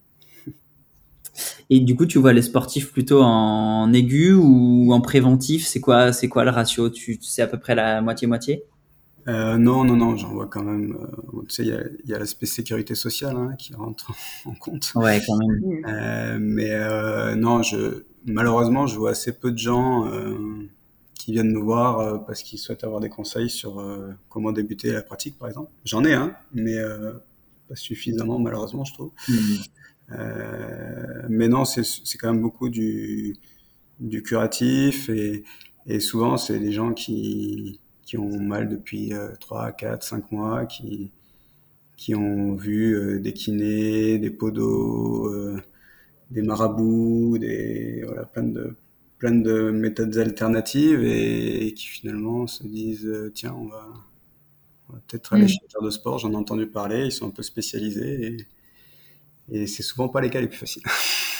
Et du coup, tu vois les sportifs plutôt en aigu ou en préventif? C'est quoi, c'est quoi le ratio? Tu, tu sais à peu près la moitié-moitié? Euh, non, non, non, j'en vois quand même. Euh, tu sais, il y a, il y a l'aspect sécurité sociale hein, qui rentre en compte. Ouais, quand même. Mm. Euh, mais euh, non, je malheureusement, je vois assez peu de gens euh, qui viennent me voir euh, parce qu'ils souhaitent avoir des conseils sur euh, comment débuter la pratique, par exemple. J'en ai, hein, mais euh, pas suffisamment, malheureusement, je trouve. Mhm. Euh, mais non, c'est, c'est quand même beaucoup du, du curatif et, et souvent c'est des gens qui, qui ont mal depuis euh, trois, quatre, cinq mois, qui, qui ont vu euh, des kinés, des podos, euh, des marabouts, des, voilà, plein de, plein de méthodes alternatives et, et qui finalement se disent, euh, tiens, on va, on va peut-être aller Mm. chez le de sport, j'en ai entendu parler, ils sont un peu spécialisés et, et c'est souvent pas les cas les plus faciles.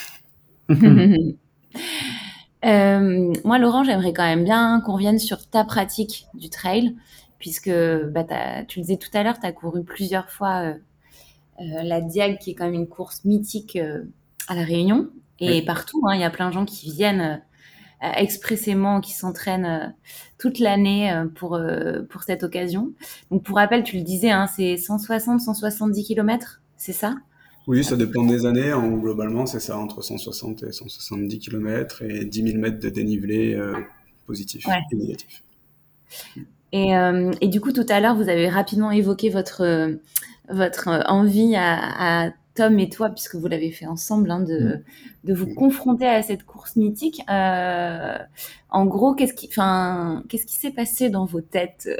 Euh, moi, Laurent, j'aimerais quand même bien qu'on revienne sur ta pratique du trail, puisque bah, t'as- tu le disais tout à l'heure, tu as couru plusieurs fois euh, euh, la Diag, qui est quand même une course mythique euh, à La Réunion, et Oui. partout, hein, il y a plein de gens qui viennent euh, expressément, qui s'entraînent euh, toute l'année euh, pour, euh, pour cette occasion. Donc, pour rappel, tu le disais, hein, c'est cent soixante, cent soixante-dix kilomètres, c'est ça? Oui, ça dépend des années. En, globalement, c'est ça, entre cent soixante et cent soixante-dix kilomètres et dix mille mètres de dénivelé euh, positif Ouais. et négatif. Et, euh, et du coup, tout à l'heure, vous avez rapidement évoqué votre, euh, votre euh, envie à, à Tom et toi, puisque vous l'avez fait ensemble, hein, de, de vous confronter à cette course mythique. Euh, en gros, qu'est-ce qui, enfin, qu'est-ce qui s'est passé dans vos têtes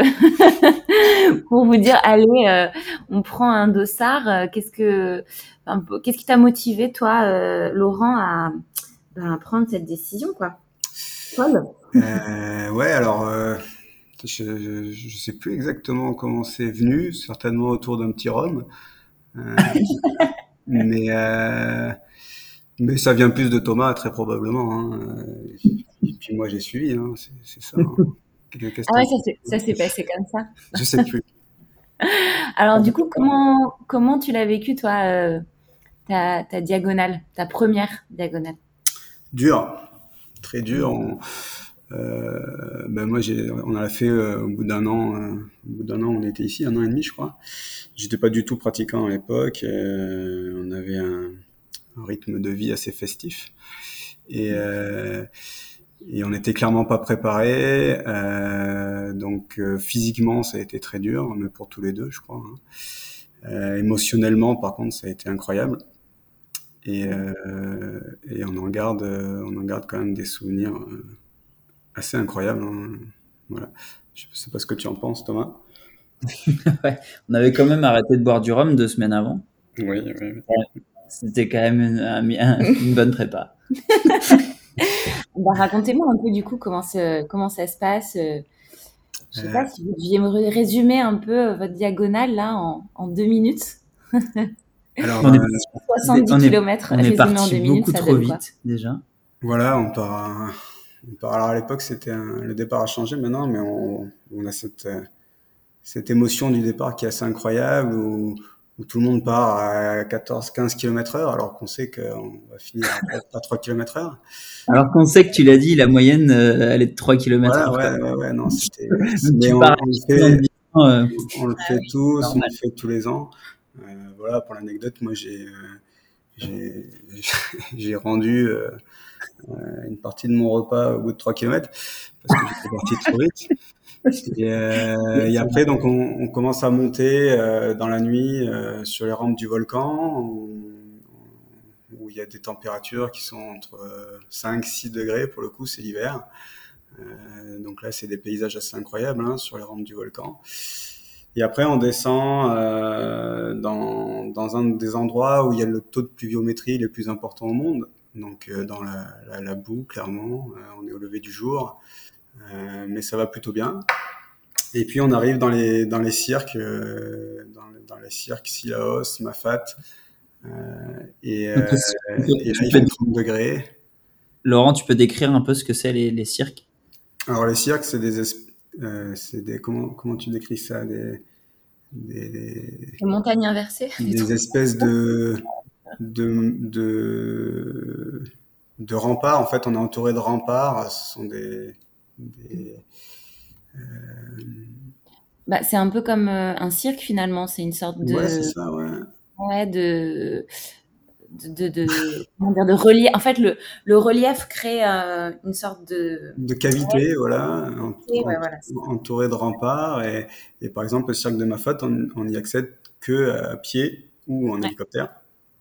pour vous dire, allez, euh, on prend un dossard. euh, Qu'est-ce que, enfin, qu'est-ce qui t'a motivé, toi, euh, Laurent, à, ben, à prendre cette décision, quoi? Paul? Euh, ouais, alors, euh, je, je, je sais plus exactement comment c'est venu, certainement autour d'un petit rhum. Euh, mais, euh, mais ça vient plus de Thomas, très probablement. Hein. Euh, Et puis moi, j'ai suivi, hein, c'est, c'est ça. Hein. Qu'est-ce que Ah ouais, t'en ça penses? s'est, ça s'est passé comme ça. Je sais plus. Alors du coup, comment comment tu l'as vécu toi, euh, ta, ta diagonale, ta première diagonale? Dur, très dur. On, euh, ben moi, j'ai, on a fait euh, au bout d'un an. Euh, au bout d'un an, on était ici, un an et demi, je crois. J'étais pas du tout pratiquant à l'époque. Euh, on avait un, un rythme de vie assez festif et euh, et on n'était clairement pas préparés. Euh, donc euh, physiquement, ça a été très dur, mais pour tous les deux, je crois. Hein. Euh, émotionnellement, par contre, ça a été incroyable. Et, euh, et on en garde, on en garde quand même des souvenirs euh, assez incroyables. Hein. Voilà. Je sais pas ce que tu en penses, Thomas. Ouais. On avait quand même arrêté de boire du rhum deux semaines avant. Oui, oui, oui. Ouais. C'était quand même une, un- une bonne prépa. Bah, racontez-moi un peu du coup comment ça, comment ça se passe. euh, Je sais Euh, pas si vous deviez me ré- résumer un peu euh, votre diagonale là en, en deux minutes. alors, On est, euh, soixante-dix on est, kilomètres on est résumé en deux parti minutes, beaucoup ça trop donne quoi? vite déjà. voilà, on part. à- on part. Alors à l'époque, c'était un- le départ a changé maintenant, mais on, on a cette euh, cette émotion du départ qui est assez incroyable où, où tout le monde part à quatorze quinze kilomètres heure alors qu'on sait qu'on va finir à, à trois kilomètres heure. Alors qu'on sait que tu l'as dit, la moyenne, euh, elle est de trois kilomètres Voilà, heure. ouais, ouais, ouais, non, c'était, Donc mais tu on, pars on le à fait, soixante-dix, euh, on le fait tous, on le fait tous les ans. Euh, voilà, pour l'anecdote, moi j'ai, euh, j'ai, j'ai rendu euh, une partie de mon repas au bout de trois kilomètres parce que j'étais parti trop vite. Et, euh, et après, donc, on, on commence à monter euh, dans la nuit euh, sur les rampes du volcan, où, où il y a des températures qui sont entre cinq six degrés. Pour le coup, c'est l'hiver. Euh, donc là, c'est des paysages assez incroyables hein, sur les rampes du volcan. Et après, on descend euh, dans, dans un des endroits où il y a le taux de pluviométrie le plus important au monde. Donc, euh, dans la, la, la boue, clairement. Euh, on est au lever du jour. Euh, mais ça va plutôt bien. Et puis on arrive dans les dans les cirques, euh, dans, dans les cirques Sillaos, Mafat, euh, et, euh, et là il fait trente degrés. Laurent, tu peux décrire un peu ce que c'est les, les cirques? Alors les cirques, c'est des, euh, c'est des comment comment tu décris ça, des des, Les montagnes inversées. des espèces de de de de remparts. En fait, on est entouré de remparts. Ce sont des, des euh, Bah, c'est un peu comme euh, un cirque finalement. C'est une sorte de, ouais, c'est ça, ouais. ouais, de, de, de, de, comment dire, de relief. En fait, le, le relief crée euh, une sorte de, de cavité, voilà, en, ouais, en, voilà. entouré de remparts. Et, et par exemple, le cirque de Mafat, on, on y accède que à pied ou en Ouais. hélicoptère.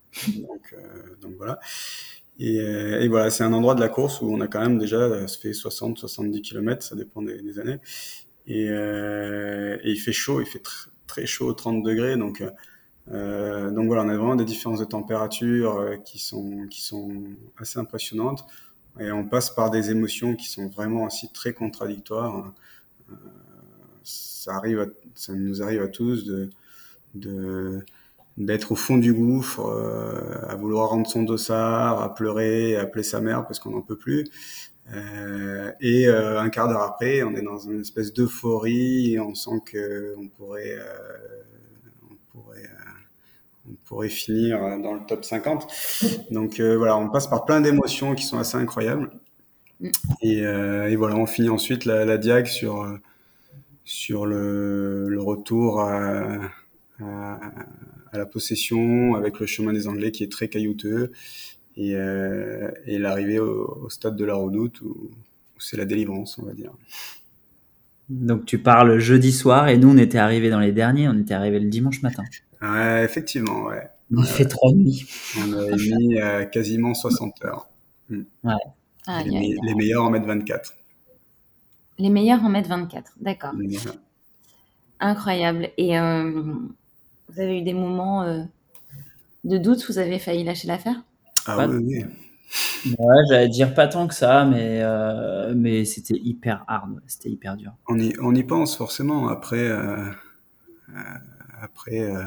Donc, euh, donc voilà. Et, euh, et voilà, c'est un endroit de la course où on a quand même déjà, ça fait soixante, soixante-dix kilomètres, ça dépend des, des années. Et, euh, et il fait chaud, il fait tr- très chaud, trente degrés. Donc, euh, donc voilà, on a vraiment des différences de température euh, qui sont, qui sont assez impressionnantes. Et on passe par des émotions qui sont vraiment aussi très contradictoires. Euh, ça arrive, à, ça nous arrive à tous de, de d'être au fond du gouffre, euh, à vouloir rendre son dossard, à pleurer, à appeler sa mère parce qu'on n'en peut plus. Euh, et euh, un quart d'heure après, on est dans une espèce d'euphorie et on sent que on pourrait, euh, on pourrait, euh, on pourrait finir dans le top cinquante. Donc euh, voilà, on passe par plein d'émotions qui sont assez incroyables. Et, euh, et voilà, on finit ensuite la, la diag sur sur le, le retour à, à, à la possession avec le chemin des Anglais qui est très caillouteux et, euh, et l'arrivée au, au stade de la Redoute où, où c'est la délivrance, on va dire. Donc tu parles jeudi soir et nous on était arrivés dans les derniers, on était arrivés le dimanche matin. Ouais, effectivement, ouais. Il ouais, fait ouais. trois nuits. On avait mis euh, quasiment soixante heures. Mm. Ouais. Aïe, Les, aïe, me- aïe. les meilleurs en mettent vingt-quatre. Les meilleurs en mettent vingt-quatre, d'accord. Voilà. Incroyable. Et euh, vous avez eu des moments euh, de doute, vous avez failli lâcher l'affaire? Ah Pas- oui, oui. Ouais, j'allais dire pas tant que ça, mais euh, mais c'était hyper hard, ouais, c'était hyper dur. On y, on y pense forcément. Après, euh, euh, après, euh,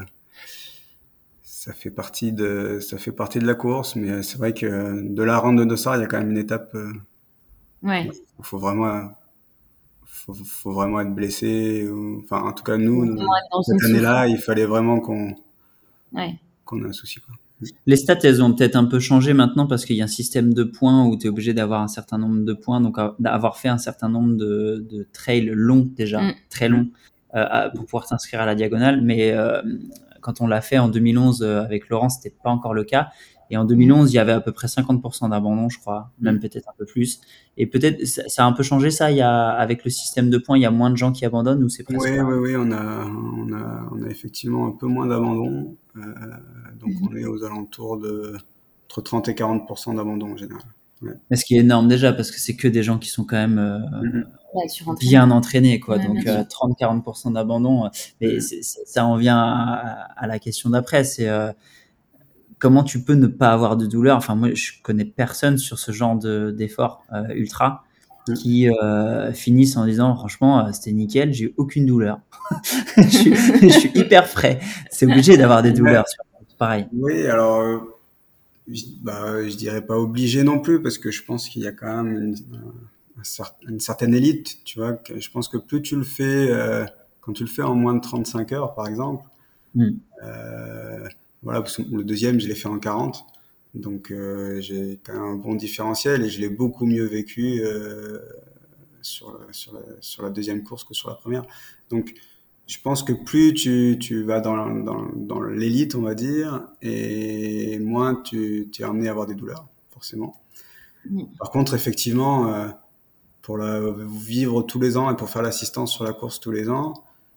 ça fait partie de, ça fait partie de la course, mais c'est vrai que de la rendre de dossard, il y a quand même une étape. Euh, Ouais. où faut vraiment, faut, faut vraiment être blessé. Ou, enfin, en tout cas, nous, Vraiment être dans une cette année-là, souffrance. il fallait vraiment qu'on, Ouais. qu'on ait un souci, quoi. Les stats, elles ont peut-être un peu changé maintenant parce qu'il y a un système de points où tu es obligé d'avoir un certain nombre de points, donc à- d'avoir fait un certain nombre de, de trails longs déjà, Mm. très longs, euh, à- pour pouvoir t'inscrire à la diagonale. Mais euh, quand on l'a fait en deux mille onze euh, avec Laurent, c'était pas encore le cas. Et en deux mille onze, il y avait à peu près cinquante pour cent d'abandon, je crois, même Mm. peut-être un peu plus. Et peut-être ça, ça a un peu changé ça. Il y a avec le système de points, il y a moins de gens qui abandonnent ou c'est presque Oui, oui, pareil. oui, on a, on a, on a effectivement un peu moins d'abandon. Euh, donc, on est aux alentours de entre trente et quarante pour cent d'abandon en général. Ouais. Mais ce qui est énorme déjà parce que c'est que des gens qui sont quand même euh, Mm-hmm. Ouais, surentraîné. bien entraînés, quoi. Ouais, Donc bien sûr. euh, trente à quarante pour cent d'abandon. euh, Mais Mm. c'est- c'est- ça en vient à, à la question d'après. C'est euh, comment tu peux ne pas avoir de douleur. Enfin, moi, je connais personne sur ce genre de d'effort euh, ultra Mm. qui euh, finissent en disant franchement euh, c'était nickel, j'ai eu aucune douleur. je, suis, je suis hyper frais. C'est obligé d'avoir des douleurs. sur- Pareil. Oui, alors, euh, je, bah, je dirais pas obligé non plus, parce que je pense qu'il y a quand même une, un cer- une certaine élite, tu vois, que je pense que plus tu le fais, euh, quand tu le fais en moins de trente-cinq heures, par exemple, Mm. euh, voilà, parce que le deuxième, je l'ai fait en quarante, donc euh, j'ai quand même un bon différentiel et je l'ai beaucoup mieux vécu euh, sur, la, sur, la, sur la deuxième course que sur la première. Donc, je pense que plus tu, tu vas dans, dans, dans l'élite, on va dire, et moins tu, tu es amené à avoir des douleurs, forcément. Mm. Par contre, effectivement, euh, pour la vivre tous les ans et pour faire l'assistance sur la course tous les ans,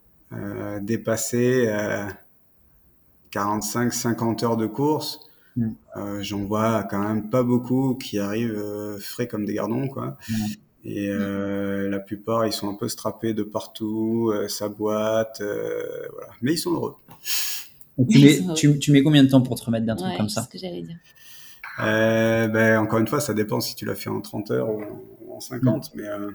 euh, dépasser euh, quarante-cinq cinquante heures de course, Mm. euh, j'en vois quand même pas beaucoup qui arrivent euh, frais comme des gardons, quoi. Mm. Et euh, la plupart, ils sont un peu strappés de partout, euh, ça boite, euh, voilà. Mais ils sont heureux. Et tu, Ils mets, sont heureux. tu, tu mets combien de temps pour te remettre d'un truc Ouais, comme c'est ça? ce que j'allais dire. Euh, ben, encore une fois, ça dépend si tu l'as fait en trente heures ou en, en cinquante. Mais, euh,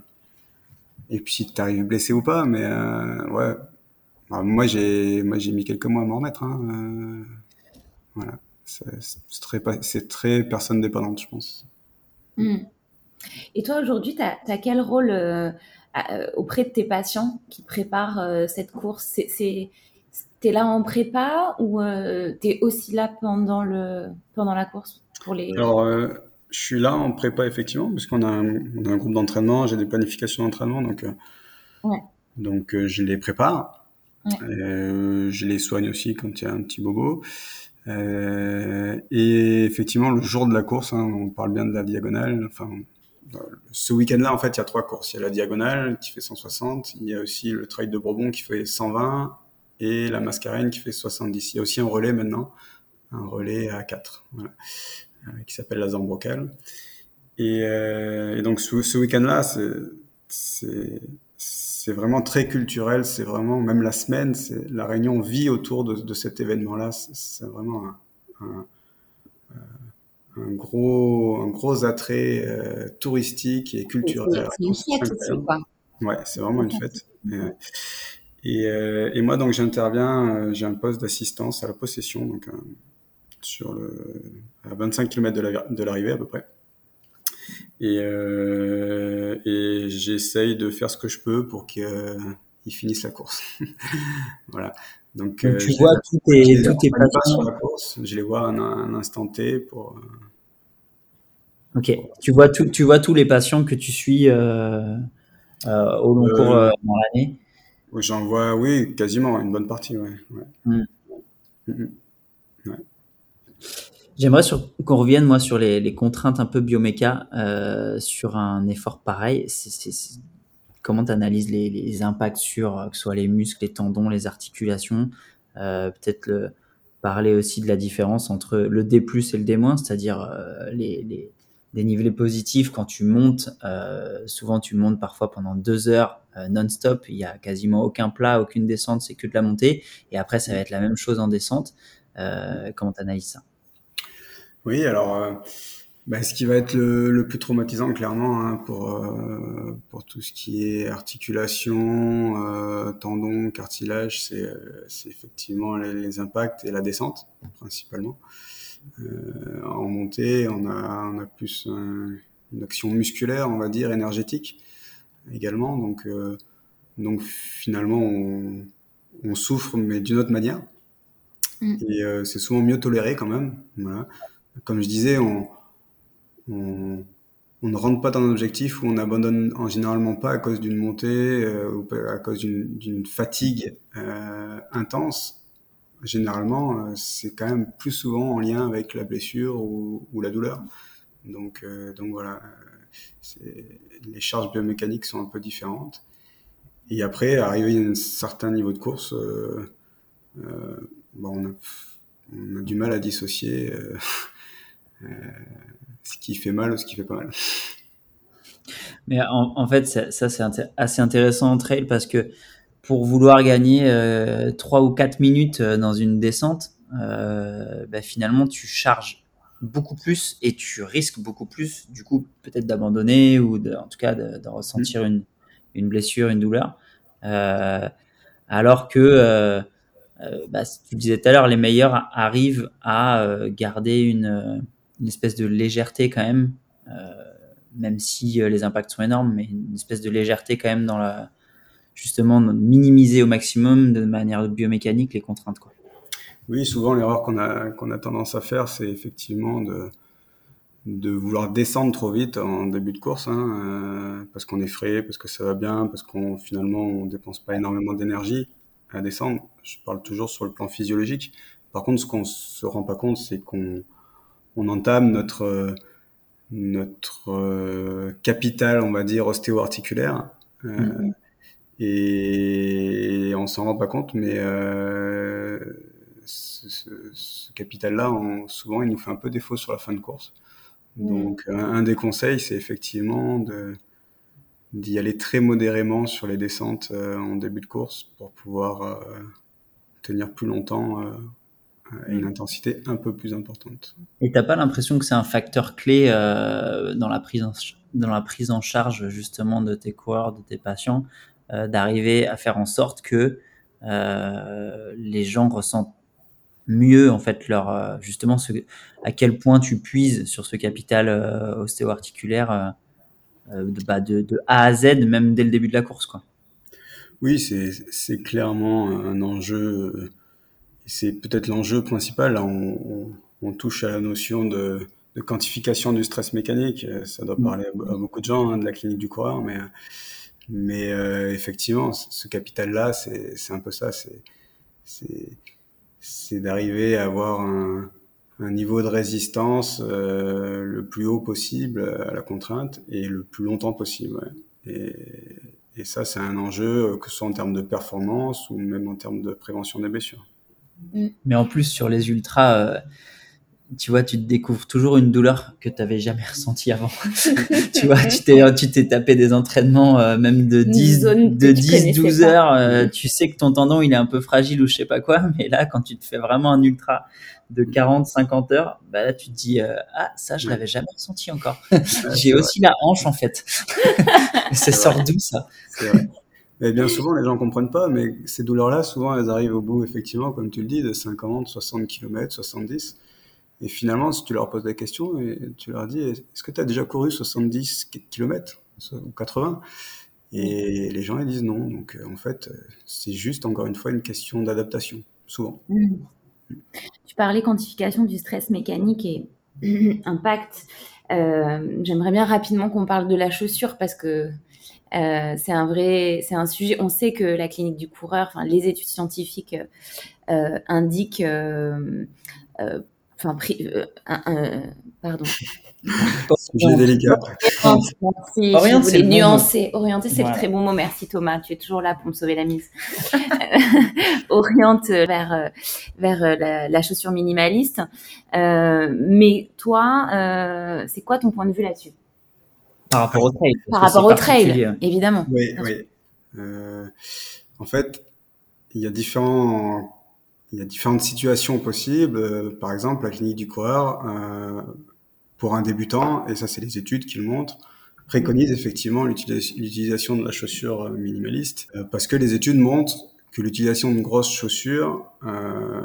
et puis si tu arrives blessé ou pas. Mais euh, ouais, bah, moi, j'ai, moi j'ai mis quelques mois à m'en remettre. Hein, euh, voilà. C'est, c'est, très, c'est très personne dépendante, je pense. Mm. Et toi, aujourd'hui, tu as quel rôle euh, à- euh, auprès de tes patients qui préparent euh, cette course? C'est, c'est, T'es là en prépa ou euh, t'es aussi là pendant, le, pendant la course pour les... Alors, euh, je suis là en prépa, effectivement, parce qu'on a un, on a un groupe d'entraînement, j'ai des planifications d'entraînement, donc, euh, Ouais. donc euh, je les prépare. Ouais. Euh, je les soigne aussi quand il y a un petit bobo. Euh, et effectivement, le jour de la course, hein, on parle bien de la diagonale. Enfin, ce week-end-là, en fait, il y a trois courses. Il y a la diagonale qui fait cent soixante, il y a aussi le trail de Bourbon qui fait cent vingt et la Mascarène qui fait soixante-dix. Il y a aussi un relais maintenant un relais à quatre, voilà, euh, qui s'appelle la Zambrocal. Et, euh, et donc ce, ce week-end-là, c'est, c'est, c'est vraiment très culturel. C'est vraiment, même la semaine, c'est, la Réunion vit autour de, de cet événement-là. C'est, c'est vraiment un, un, un gros, un gros attrait euh, touristique et culturel. C'est une fête aussi, quoi. Ouais, c'est vraiment une fête. Et, et, euh, et moi, donc, j'interviens, euh, j'ai un poste d'assistance à la possession, donc euh, sur le, à vingt-cinq kilomètres de, la, de l'arrivée à peu près. Et, euh, et j'essaye de faire ce que je peux pour qu'ils euh, finissent la course. Voilà. Donc, Donc euh, tu je vois tous tes, les tous tes accompagne pas sur patients. la course, je les vois à un, un instant T pour. euh, Ok. Tu vois tout, tu vois tous les patients que tu suis euh, euh, au long cours Euh, euh, dans l'année. J'en vois, oui, quasiment une bonne partie, ouais. ouais. Hmm. Mhm. Ouais. J'aimerais sur- qu'on revienne moi sur les, les contraintes un peu bioméca euh, sur un effort pareil. C'est, c'est, c'est- comment tu analyses les, les impacts sur euh, que ce soit les muscles, les tendons, les articulations. Euh, peut-être le, parler aussi de la différence entre le D plus et le D moins, c'est-à-dire euh, les, les dénivelés positifs quand tu montes. Euh, souvent tu montes parfois pendant deux heures euh, non-stop. Il y a quasiment aucun plat, aucune descente, c'est que de la montée. Et après ça va être la même chose en descente. Euh, comment tu analyses ça? Oui, alors, euh, bah, ce qui va être le, le plus traumatisant, clairement, hein, pour, euh, pour tout ce qui est articulation, euh, tendons, cartilage, c'est, euh, c'est effectivement les, les impacts et la descente, principalement. Euh, en montée, on a, on a plus un- une action musculaire, on va dire, énergétique également. Donc, euh, donc finalement, on, on souffre, mais d'une autre manière. Mm. Et euh, c'est souvent mieux toléré quand même. Voilà. Comme je disais, on, on, on ne rentre pas dans un objectif où on abandonne en généralement pas à cause d'une montée euh, ou pas à cause d'une d'une fatigue euh, intense. Généralement, euh, c'est quand même plus souvent en lien avec la blessure ou, ou la douleur. Donc, euh, donc voilà, c'est, les charges biomécaniques sont un peu différentes. Et après, arrivé à un certain niveau de course, euh, euh, bon, on, a, on a du mal à dissocier euh, euh, ce qui fait mal ou ce qui fait pas mal. Mais en, en fait, ça, ça, c'est inté- assez intéressant en trail parce que pour vouloir gagner euh, trois ou quatre minutes euh, dans une descente, euh, bah, finalement, tu charges beaucoup plus et tu risques beaucoup plus, du coup, peut-être d'abandonner ou de, en tout cas de, de ressentir une, une blessure, une douleur. Euh, alors que, euh, euh, bah, tu disais tout à l'heure, les meilleurs arrivent à euh, garder une, une espèce de légèreté quand même. Euh, même si euh, les impacts sont énormes, mais une espèce de légèreté quand même dans la, justement, minimiser au maximum de manière biomécanique les contraintes, quoi. Oui, souvent l'erreur qu'on a qu'on a tendance à faire, c'est effectivement de de vouloir descendre trop vite en début de course, hein, euh, parce qu'on est frais, parce que ça va bien, parce qu'on finalement on dépense pas énormément d'énergie à descendre. Je parle toujours sur le plan physiologique. Par contre, ce qu'on se rend pas compte, c'est qu'on on entame notre euh, notre euh, capital, on va dire ostéo-articulaire, euh, Mm. et on s'en rend pas compte, mais euh, ce, ce, ce capital-là, on, souvent, il nous fait un peu défaut sur la fin de course. Donc, un, un des conseils, c'est effectivement de d'y aller très modérément sur les descentes euh, en début de course pour pouvoir euh, tenir plus longtemps euh, à une intensité un peu plus importante. Et t'as pas l'impression que c'est un facteur clé euh, dans la prise en, dans la prise en charge justement de tes coureurs, de tes patients, euh, d'arriver à faire en sorte que euh, les gens ressentent mieux en fait leur euh, justement ce, à quel point tu puises sur ce capital euh, ostéo-articulaire euh, euh, de, bah, de, de A à Z même dès le début de la course, quoi. Oui, c'est c'est clairement un enjeu. euh, C'est peut-être l'enjeu principal. Là, on, on, on touche à la notion de, de quantification du stress mécanique. Euh, Ça doit parler à, à beaucoup de gens, hein, de la clinique du coureur, mais, mais euh, effectivement, ce ce capital-là, c'est c'est un peu ça. C'est c'est c'est d'arriver à avoir un, un niveau de résistance euh, le plus haut possible à la contrainte et le plus longtemps possible. Ouais. Et, et ça, c'est un enjeu, que ce soit en termes de performance ou même en termes de prévention des blessures. Mm. Mais en plus, sur les ultras, euh, tu vois, tu te découvres toujours une douleur que tu n'avais jamais ressentie avant. Tu vois, tu t'es, tu t'es tapé des entraînements euh, même de Une dix, zone de que tu dix, connaissais douze pas. heures. Euh, tu sais que ton tendon, il est un peu fragile ou je sais pas quoi. Mais là, quand tu te fais vraiment un ultra de quarante, cinquante heures, bah là, tu te dis, euh, ah, ça, je Ouais. l'avais jamais ressenti encore. Ouais, J'ai c'est vrai, aussi la hanche, en fait. Ça c'est vrai, sort d'où, ça? c'est vrai. Mais bien souvent, les gens comprennent pas, mais ces douleurs-là, souvent, elles arrivent au bout, effectivement, comme tu le dis, de cinquante, soixante kilomètres, soixante-dix. Et finalement, si tu leur poses la question et tu leur dis, est-ce que tu as déjà couru soixante-dix kilomètres ou quatre-vingts? Et les gens, ils disent non. Donc, euh, en fait, euh, c'est juste, encore une fois, une question d'adaptation, souvent. Mm. Tu parlais quantification du stress mécanique et impact. Euh, j'aimerais bien rapidement qu'on parle de la chaussure parce que euh, c'est un vrai, c'est un sujet. On sait que la clinique du coureur, enfin les études scientifiques euh, indiquent, euh, euh, enfin, euh, euh, pardon. Sujet délicat. Oriente, merci. Je Oriente, c'est voulais le bon nuancer. Orienter, c'est Voilà. le très bon mot. Merci Thomas. Tu es toujours là pour me sauver la mise. Oriente vers euh, vers euh, la, la chaussure minimaliste. Euh, mais toi, euh, c'est quoi ton point de vue là-dessus? Par rapport au trail. Par parce que rapport c'est au trail, particulier. évidemment. Oui, oui. Euh, en fait, il y a différents, il y a différentes situations possibles. Euh, Par exemple, la clinique du coureur, euh, pour un débutant, et ça c'est les études qui le montrent, préconise effectivement l'utilis- l'utilisation de la chaussure euh, minimaliste, euh, parce que les études montrent que l'utilisation de grosses chaussures euh,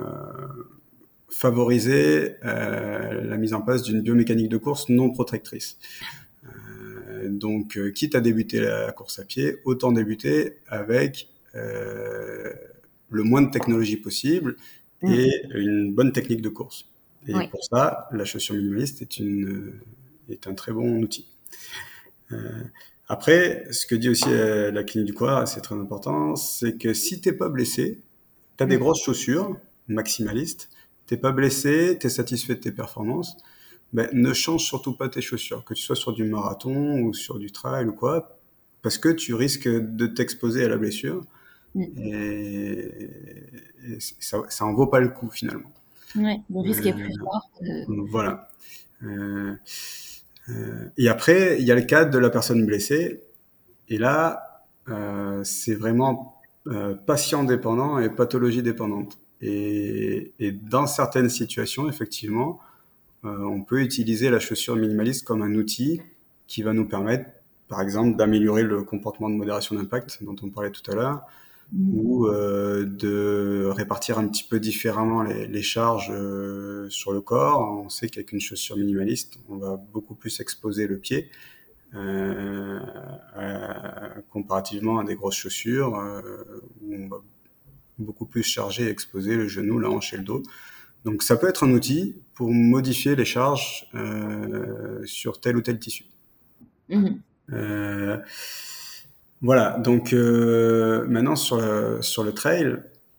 favorisait euh, la mise en place d'une biomécanique de course non protectrice. Euh, donc, euh, quitte à débuter la course à pied, autant débuter avec euh, le moins de technologie possible et une bonne technique de course. Et Oui. pour ça, la chaussure minimaliste est, une, est un très bon outil. Euh, après, ce que dit aussi euh, la clinique du coureur, c'est très important, c'est que si t'es pas blessé, t'as des grosses chaussures maximalistes, t'es pas blessé, t'es satisfait de tes performances, ben, ne change surtout pas tes chaussures, que tu sois sur du marathon ou sur du trail ou quoi, parce que tu risques de t'exposer à la blessure et, et ça, ça en vaut pas le coup finalement. Ouais, le risque Euh, est plus fort. que- Voilà. Euh, euh, et après, il y a le cas de la personne blessée, et là, euh, c'est vraiment euh, patient dépendant et pathologie dépendante. Et, et dans certaines situations, effectivement, euh, on peut utiliser la chaussure minimaliste comme un outil qui va nous permettre, par exemple, d'améliorer le comportement de modération d'impact dont on parlait tout à l'heure, Mm. ou euh, de répartir un petit peu différemment les, les charges euh, sur le corps. On sait qu'avec une chaussure minimaliste, on va beaucoup plus exposer le pied euh, euh, comparativement à des grosses chaussures euh, où on va beaucoup plus charger et exposer le genou, la hanche et le dos. Donc ça peut être un outil pour modifier les charges euh, sur tel ou tel tissu. Mm. Euh, voilà, donc euh, maintenant sur le, sur le trail,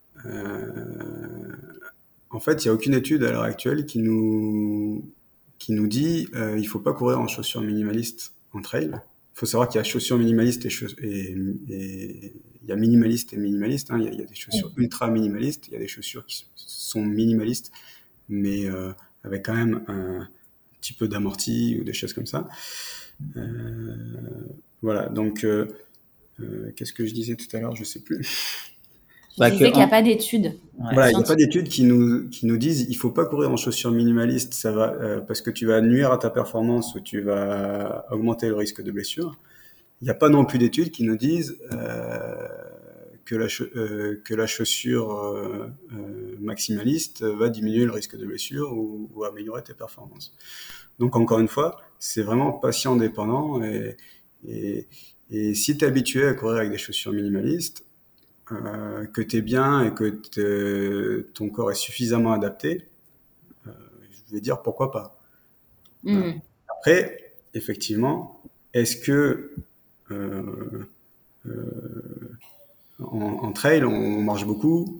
euh, en fait, il n'y a aucune étude à l'heure actuelle qui nous, qui nous dit euh, il faut pas courir en chaussures minimalistes en trail. Il faut savoir qu'il y a chaussures minimalistes et, chauss- et, et il y a minimaliste et minimaliste. Hein. Il, y a, il y a des chaussures ultra minimalistes, il y a des chaussures qui sont minimalistes, mais euh, avec quand même un petit peu d'amorti ou des choses comme ça. Euh, voilà, donc euh, euh, qu'est-ce que je disais tout à l'heure, je sais plus. Tu Bah, disais que qu'il n'y a un- pas d'études. Ouais. Voilà, il n'y a pas d'études qui nous, qui nous disent il faut pas courir en chaussures minimalistes, ça va, euh, parce que tu vas nuire à ta performance ou tu vas augmenter le risque de blessure. Il n'y a pas non plus d'études qui nous disent euh, que, la cha- euh, que la chaussure euh, euh, maximaliste va diminuer le risque de blessure ou, ou améliorer tes performances. Donc encore une fois, c'est vraiment patient dépendant et, et, et si tu es habitué à courir avec des chaussures minimalistes, euh, que tu es bien et que t'es- ton corps est suffisamment adapté, euh, je vais dire pourquoi pas. Voilà. Mm. Après, effectivement, est-ce que euh, euh, en, en trail, on marche beaucoup,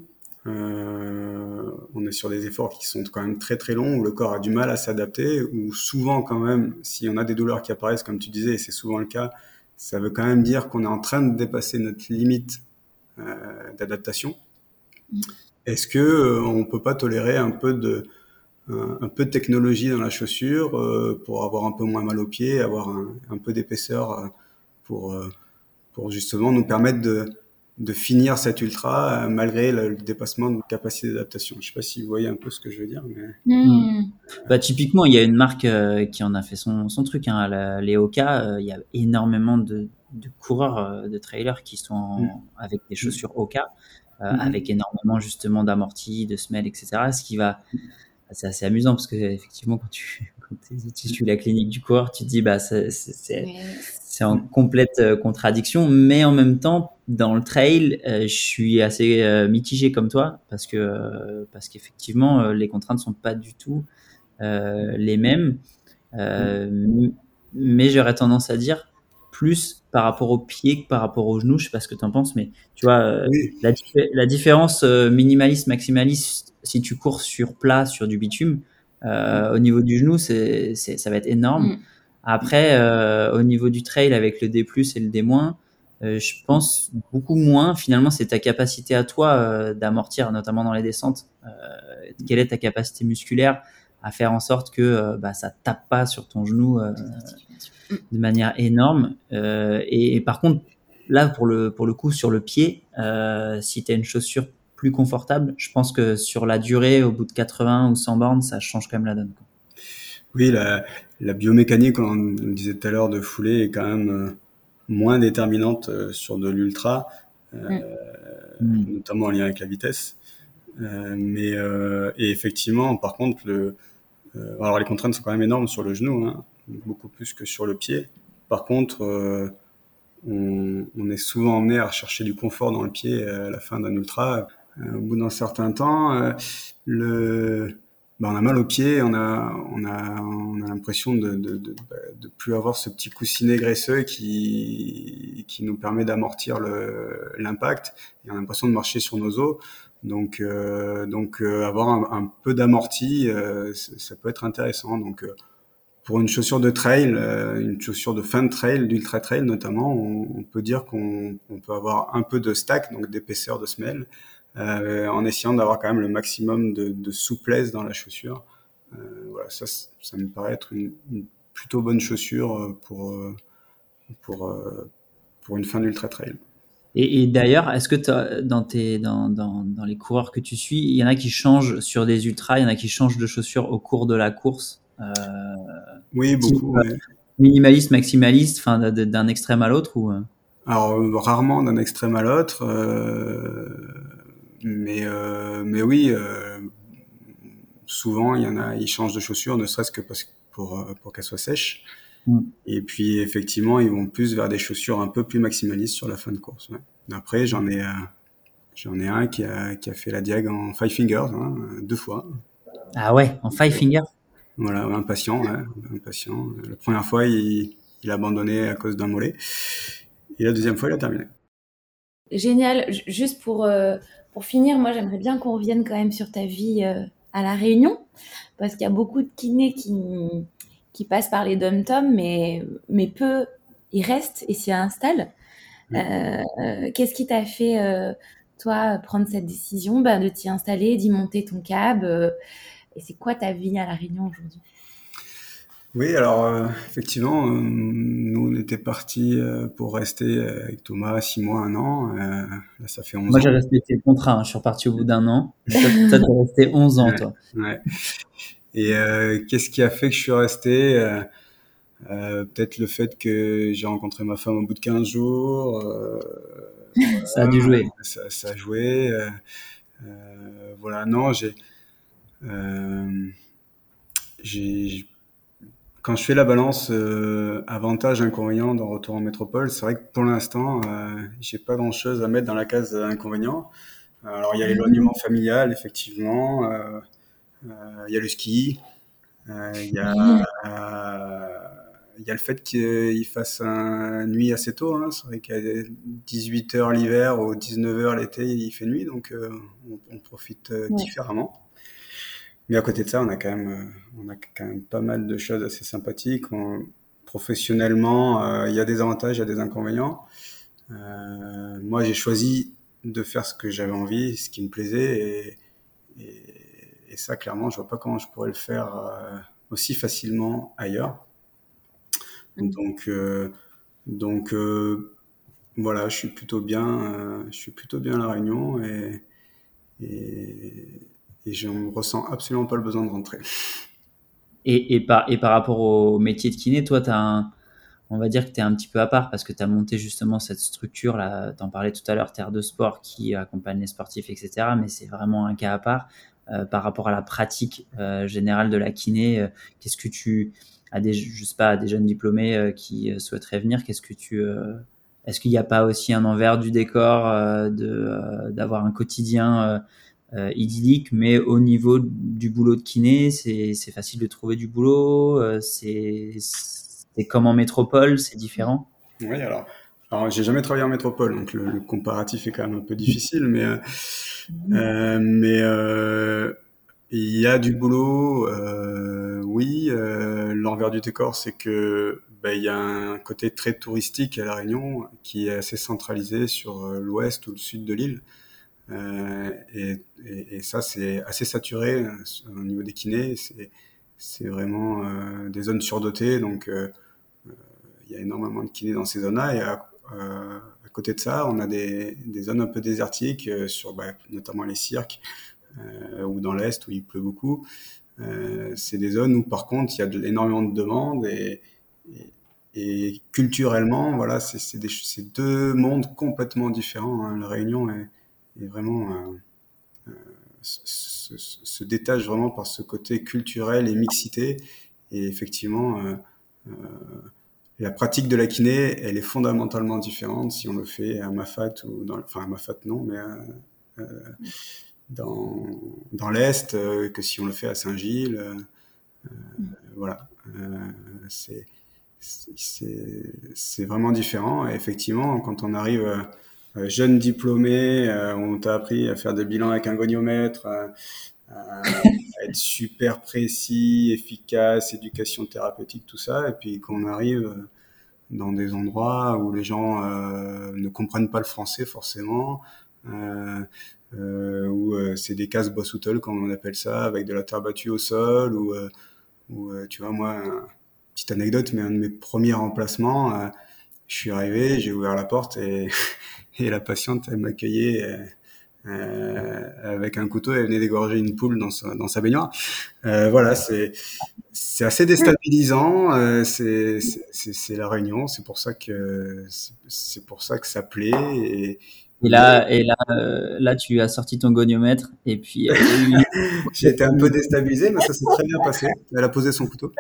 euh, on est sur des efforts qui sont quand même très très longs, où le corps a du mal à s'adapter, où souvent quand même, si on a des douleurs qui apparaissent, comme tu disais, et c'est souvent le cas, ça veut quand même dire qu'on est en train de dépasser notre limite euh, d'adaptation. est-ce que euh, on peut pas tolérer un peu de un, un peu de technologie dans la chaussure euh, pour avoir un peu moins mal aux pieds, avoir un, un peu d'épaisseur euh, pour euh, pour justement nous permettre de de finir cet ultra euh, malgré le, le dépassement de capacité d'adaptation. Je sais pas si vous voyez un peu ce que je veux dire, mais Mm. Bah, typiquement, il y a une marque euh, qui en a fait son, son truc, hein, la, les Hoka. euh, Il y a énormément de, de coureurs euh, de trailers qui sont en- avec des chaussures Hoka, euh, avec énormément justement d'amortis, de semelles, et cetera. Ce qui va, c'est assez amusant parce que effectivement, quand tu, quand tu, tu suis la clinique du coureur, tu te dis bah c'est, c'est, c'est, Ouais. c'est en complète euh, contradiction, mais en même temps, dans le trail, euh, je suis assez euh, mitigé comme toi parce que euh, parce qu'effectivement, euh, les contraintes sont pas du tout euh, les mêmes. Euh, m- mais j'aurais tendance à dire plus par rapport aux pieds que par rapport aux genoux. Je sais pas ce que tu en penses, mais tu vois, euh, oui. la, dif- la différence euh, minimaliste-maximaliste, si tu cours sur plat, sur du bitume, euh, au niveau du genou, c'est, c'est, ça va être énorme. Mm. Après, euh, au niveau du trail avec le D plus et le D moins, euh, je pense beaucoup moins. Finalement, c'est ta capacité à toi euh, d'amortir, notamment dans les descentes. Euh, quelle est ta capacité musculaire à faire en sorte que euh, bah, ça tape pas sur ton genou euh, Mm. de manière énorme. Euh, et, et par contre, là, pour le, pour le coup, sur le pied, euh, si tu as une chaussure plus confortable, je pense que sur la durée, au bout de quatre-vingts ou cent bornes, ça change quand même la donne, quoi. Oui, la, la biomécanique, on le disait tout à l'heure, de foulée est quand même euh, moins déterminante euh, sur de l'ultra, euh, Mm. Mm. notamment en lien avec la vitesse. Euh, mais euh, et effectivement, par contre, le, euh, alors les contraintes sont quand même énormes sur le genou, hein, beaucoup plus que sur le pied. Par contre, euh, on, on est souvent emmené à rechercher du confort dans le pied à la fin d'un ultra. Euh, au bout d'un certain temps, euh, le bah, on a mal aux pieds, on a, on a, on a l'impression de, de, de, de plus avoir ce petit coussinet graisseux qui, qui nous permet d'amortir le, l'impact, et on a l'impression de marcher sur nos os. Donc, euh, donc euh, avoir un, un peu d'amorti, euh, ça peut être intéressant. Donc, euh, pour une chaussure de trail, euh, une chaussure de fin de trail, d'ultra trail notamment, on, on peut dire qu'on on peut avoir un peu de stack, donc d'épaisseur de semelle, euh, en essayant d'avoir quand même le maximum de, de souplesse dans la chaussure. Euh, voilà, ça, ça me paraît être une, une plutôt bonne chaussure pour pour pour une fin d'ultra trail. Et, et d'ailleurs, est-ce que t'as- dans, tes, dans, dans, dans les coureurs que tu suis, il y en a qui changent sur des ultras, il y en a qui changent de chaussures au cours de la course, euh, Oui, type beaucoup. euh, Ouais. minimaliste, maximaliste, enfin d- d- d'un extrême à l'autre ou euh Alors euh, rarement d'un extrême à l'autre, euh, mais euh, mais oui. Euh, souvent, il y en a, ils changent de chaussures, ne serait-ce que parce que pour euh, pour qu'elles soient sèches. Mm. Et puis effectivement, ils vont plus vers des chaussures un peu plus maximalistes sur la fin de course. Ouais. Après, j'en ai euh, j'en ai un qui a qui a fait la diag en five fingers, hein, deux fois. Ah ouais, en five fingers. Voilà, un patient, ouais, un patient. La première fois, il il a abandonné à cause d'un mollet, et la deuxième fois, il a terminé. Génial. J- Juste pour, euh, pour finir, moi j'aimerais bien qu'on revienne quand même sur ta vie euh, à La Réunion, parce qu'il y a beaucoup de kinés qui, qui passent par les dom-toms, mais, mais peu y restent et s'y installent. Ouais. Euh, euh, qu'est-ce qui t'a fait, euh, toi, prendre cette décision bah, de t'y installer, d'y monter ton cab euh, et c'est quoi ta vie à La Réunion aujourd'hui? Oui, alors euh, effectivement, euh, nous on était partis euh, pour rester euh, avec Thomas six mois, un an. Euh, là, ça fait onze Moi, j'ai ans. respecté le contrat, hein, je suis reparti au bout d'un an. Mais toi, toi, t'es resté onze ans, Ouais, toi. ouais. Et euh, qu'est-ce qui a fait que je suis resté? euh, euh, Peut-être le fait que j'ai rencontré ma femme au bout de quinze jours. Euh, Ça a voilà, dû jouer. ça, ça a joué. Euh, euh, voilà, non, j'ai, euh, j'ai, quand je fais la balance euh, avantage-inconvénient dans Retour en métropole, c'est vrai que pour l'instant, euh, j'ai pas grand-chose à mettre dans la case inconvénient. Alors il y a l'éloignement familial, effectivement. Euh, euh, il y a le ski. Euh, Il y a, euh, il y a le fait qu'il fasse un nuit assez tôt. Hein. C'est vrai qu'à dix-huit heures l'hiver ou dix-neuf heures l'été, il fait nuit, donc euh, on, on profite euh, Ouais. différemment. Mais à côté de ça, on a quand même, euh, on a quand même pas mal de choses assez sympathiques. On- professionnellement, euh, il y a des avantages, il y a des inconvénients. Euh, moi, j'ai choisi de faire ce que j'avais envie, ce qui me plaisait. Et, et, et ça, clairement, je vois pas comment je pourrais le faire euh, aussi facilement ailleurs. Mmh. Donc, euh, donc euh, voilà, je suis plutôt bien, euh, je suis plutôt bien à La Réunion et, et, et je ne ressens absolument pas le besoin de rentrer. Et, et, par, et par rapport au métier de kiné, toi, t'as un, on va dire que tu es un petit peu à part parce que tu as monté justement cette structure, là, tu en parlais tout à l'heure, Terre de Sport, qui accompagne les sportifs, et cetera. Mais c'est vraiment un cas à part euh, par rapport à la pratique euh, générale de la kiné. Euh, qu'est-ce que tu as des, je sais pas, des jeunes diplômés euh, qui euh, souhaiteraient venir, qu'est-ce que tu, euh, est-ce qu'il n'y a pas aussi un envers du décor euh, de, euh, d'avoir un quotidien euh, euh, idyllique, mais au niveau du boulot de kiné, c'est, c'est facile de trouver du boulot, euh, c'est, c'est comme en métropole, c'est différent? Oui, alors, alors j'ai jamais travaillé en métropole, donc le, le comparatif est quand même un peu difficile, mais euh, euh, mais euh, il y a du boulot, euh, oui. Euh, l'envers du décor, c'est que ben, il y a un côté très touristique à La Réunion qui est assez centralisé sur l'ouest ou le sud de l'île. Euh, et, et, et ça, c'est assez saturé au niveau des kinés. C'est, c'est vraiment euh, des zones surdotées, donc euh, il y a énormément de kinés dans ces zones-là. Et à, euh, à côté de ça, on a des, des zones un peu désertiques, euh, sur bah, notamment les cirques, euh, ou dans l'Est où il pleut beaucoup. Euh, c'est des zones où, par contre, il y a de, énormément de demandes. Et, et, et culturellement, voilà, c'est, c'est, des, c'est deux mondes complètement différents. Hein. La Réunion est, est vraiment... Euh, euh, se, se, se détache vraiment par ce côté culturel et mixité. Et effectivement... Euh, euh, la pratique de la kiné, elle est fondamentalement différente si on le fait à Mafat ou dans, enfin à Mafat non, mais euh, euh, dans dans l'est euh, que si on le fait à Saint-Gilles. Euh, euh, voilà, euh, c'est c'est c'est vraiment différent. Et effectivement, quand on arrive euh, jeune diplômé, euh, on t'a appris à faire des bilans avec un goniomètre, euh, à être super précis, efficace, éducation thérapeutique, tout ça, et puis qu'on arrive dans des endroits où les gens euh, ne comprennent pas le français forcément, euh, euh, où euh, c'est des cases boss-outel comme on appelle ça, avec de la terre battue au sol, ou euh, où, euh, tu vois, moi, euh, petite anecdote, mais un de mes premiers remplacements, euh, je suis arrivé, j'ai ouvert la porte et, et la patiente, elle m'accueillait euh, Euh, avec un couteau, elle venait d'égorger une poule dans sa, dans sa baignoire. Euh, voilà, c'est, c'est assez déstabilisant. Euh, c'est, c'est, c'est la Réunion. C'est pour ça que, c'est, c'est pour ça que ça plaît. Et, et là, et là, euh, là, tu as sorti ton goniomètre et puis. Euh, j'ai été un peu déstabilisé, mais ça s'est très bien passé. Elle a posé son couteau.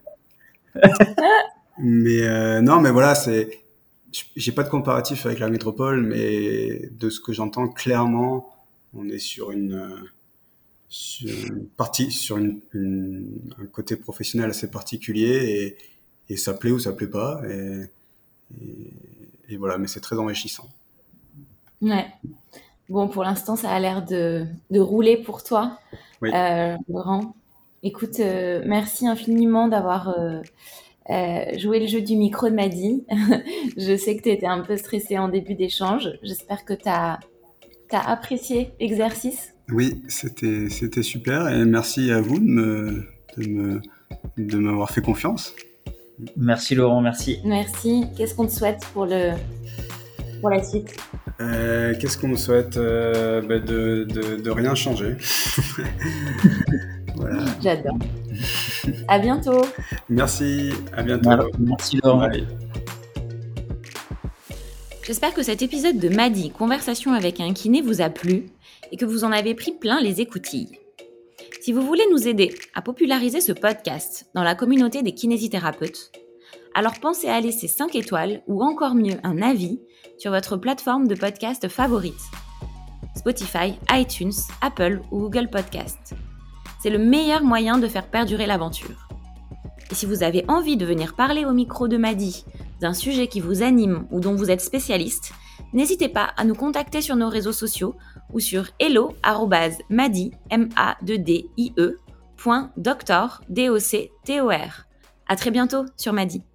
Mais euh, non, mais voilà, c'est. J'ai pas de comparatif avec la métropole, mais de ce que j'entends clairement. On est sur une, sur une partie, sur une, une, un côté professionnel assez particulier et, et ça plaît ou ça plaît pas. Et, et, et voilà, mais c'est très enrichissant. Ouais. Bon, pour l'instant, ça a l'air de, de rouler pour toi, oui. euh, Laurent. Écoute, euh, merci infiniment d'avoir euh, euh, joué le jeu du micro de Maddy. Je sais que tu étais un peu stressée en début d'échange. J'espère que tu as T'as apprécié l'exercice? Oui, c'était, c'était super et merci à vous de, me, de, me, de m'avoir fait confiance. Merci Laurent, merci. Merci. Qu'est-ce qu'on te souhaite pour, le, pour la suite? euh, Qu'est-ce qu'on me souhaite euh, bah de, de, de rien changer. Voilà. J'adore. À bientôt. Merci, à bientôt. Merci Laurent. Bye. J'espère que cet épisode de Maddy, Conversation avec un kiné, vous a plu et que vous en avez pris plein les écoutilles. Si vous voulez nous aider à populariser ce podcast dans la communauté des kinésithérapeutes, alors pensez à laisser cinq étoiles ou encore mieux un avis sur votre plateforme de podcast favorite. Spotify, iTunes, Apple ou Google Podcast. C'est le meilleur moyen de faire perdurer l'aventure. Et si vous avez envie de venir parler au micro de Maddy d'un sujet qui vous anime ou dont vous êtes spécialiste, n'hésitez pas à nous contacter sur nos réseaux sociaux ou sur hello arobase maddy m a d d i e point doctor d o c t o r. À très bientôt sur Maddy.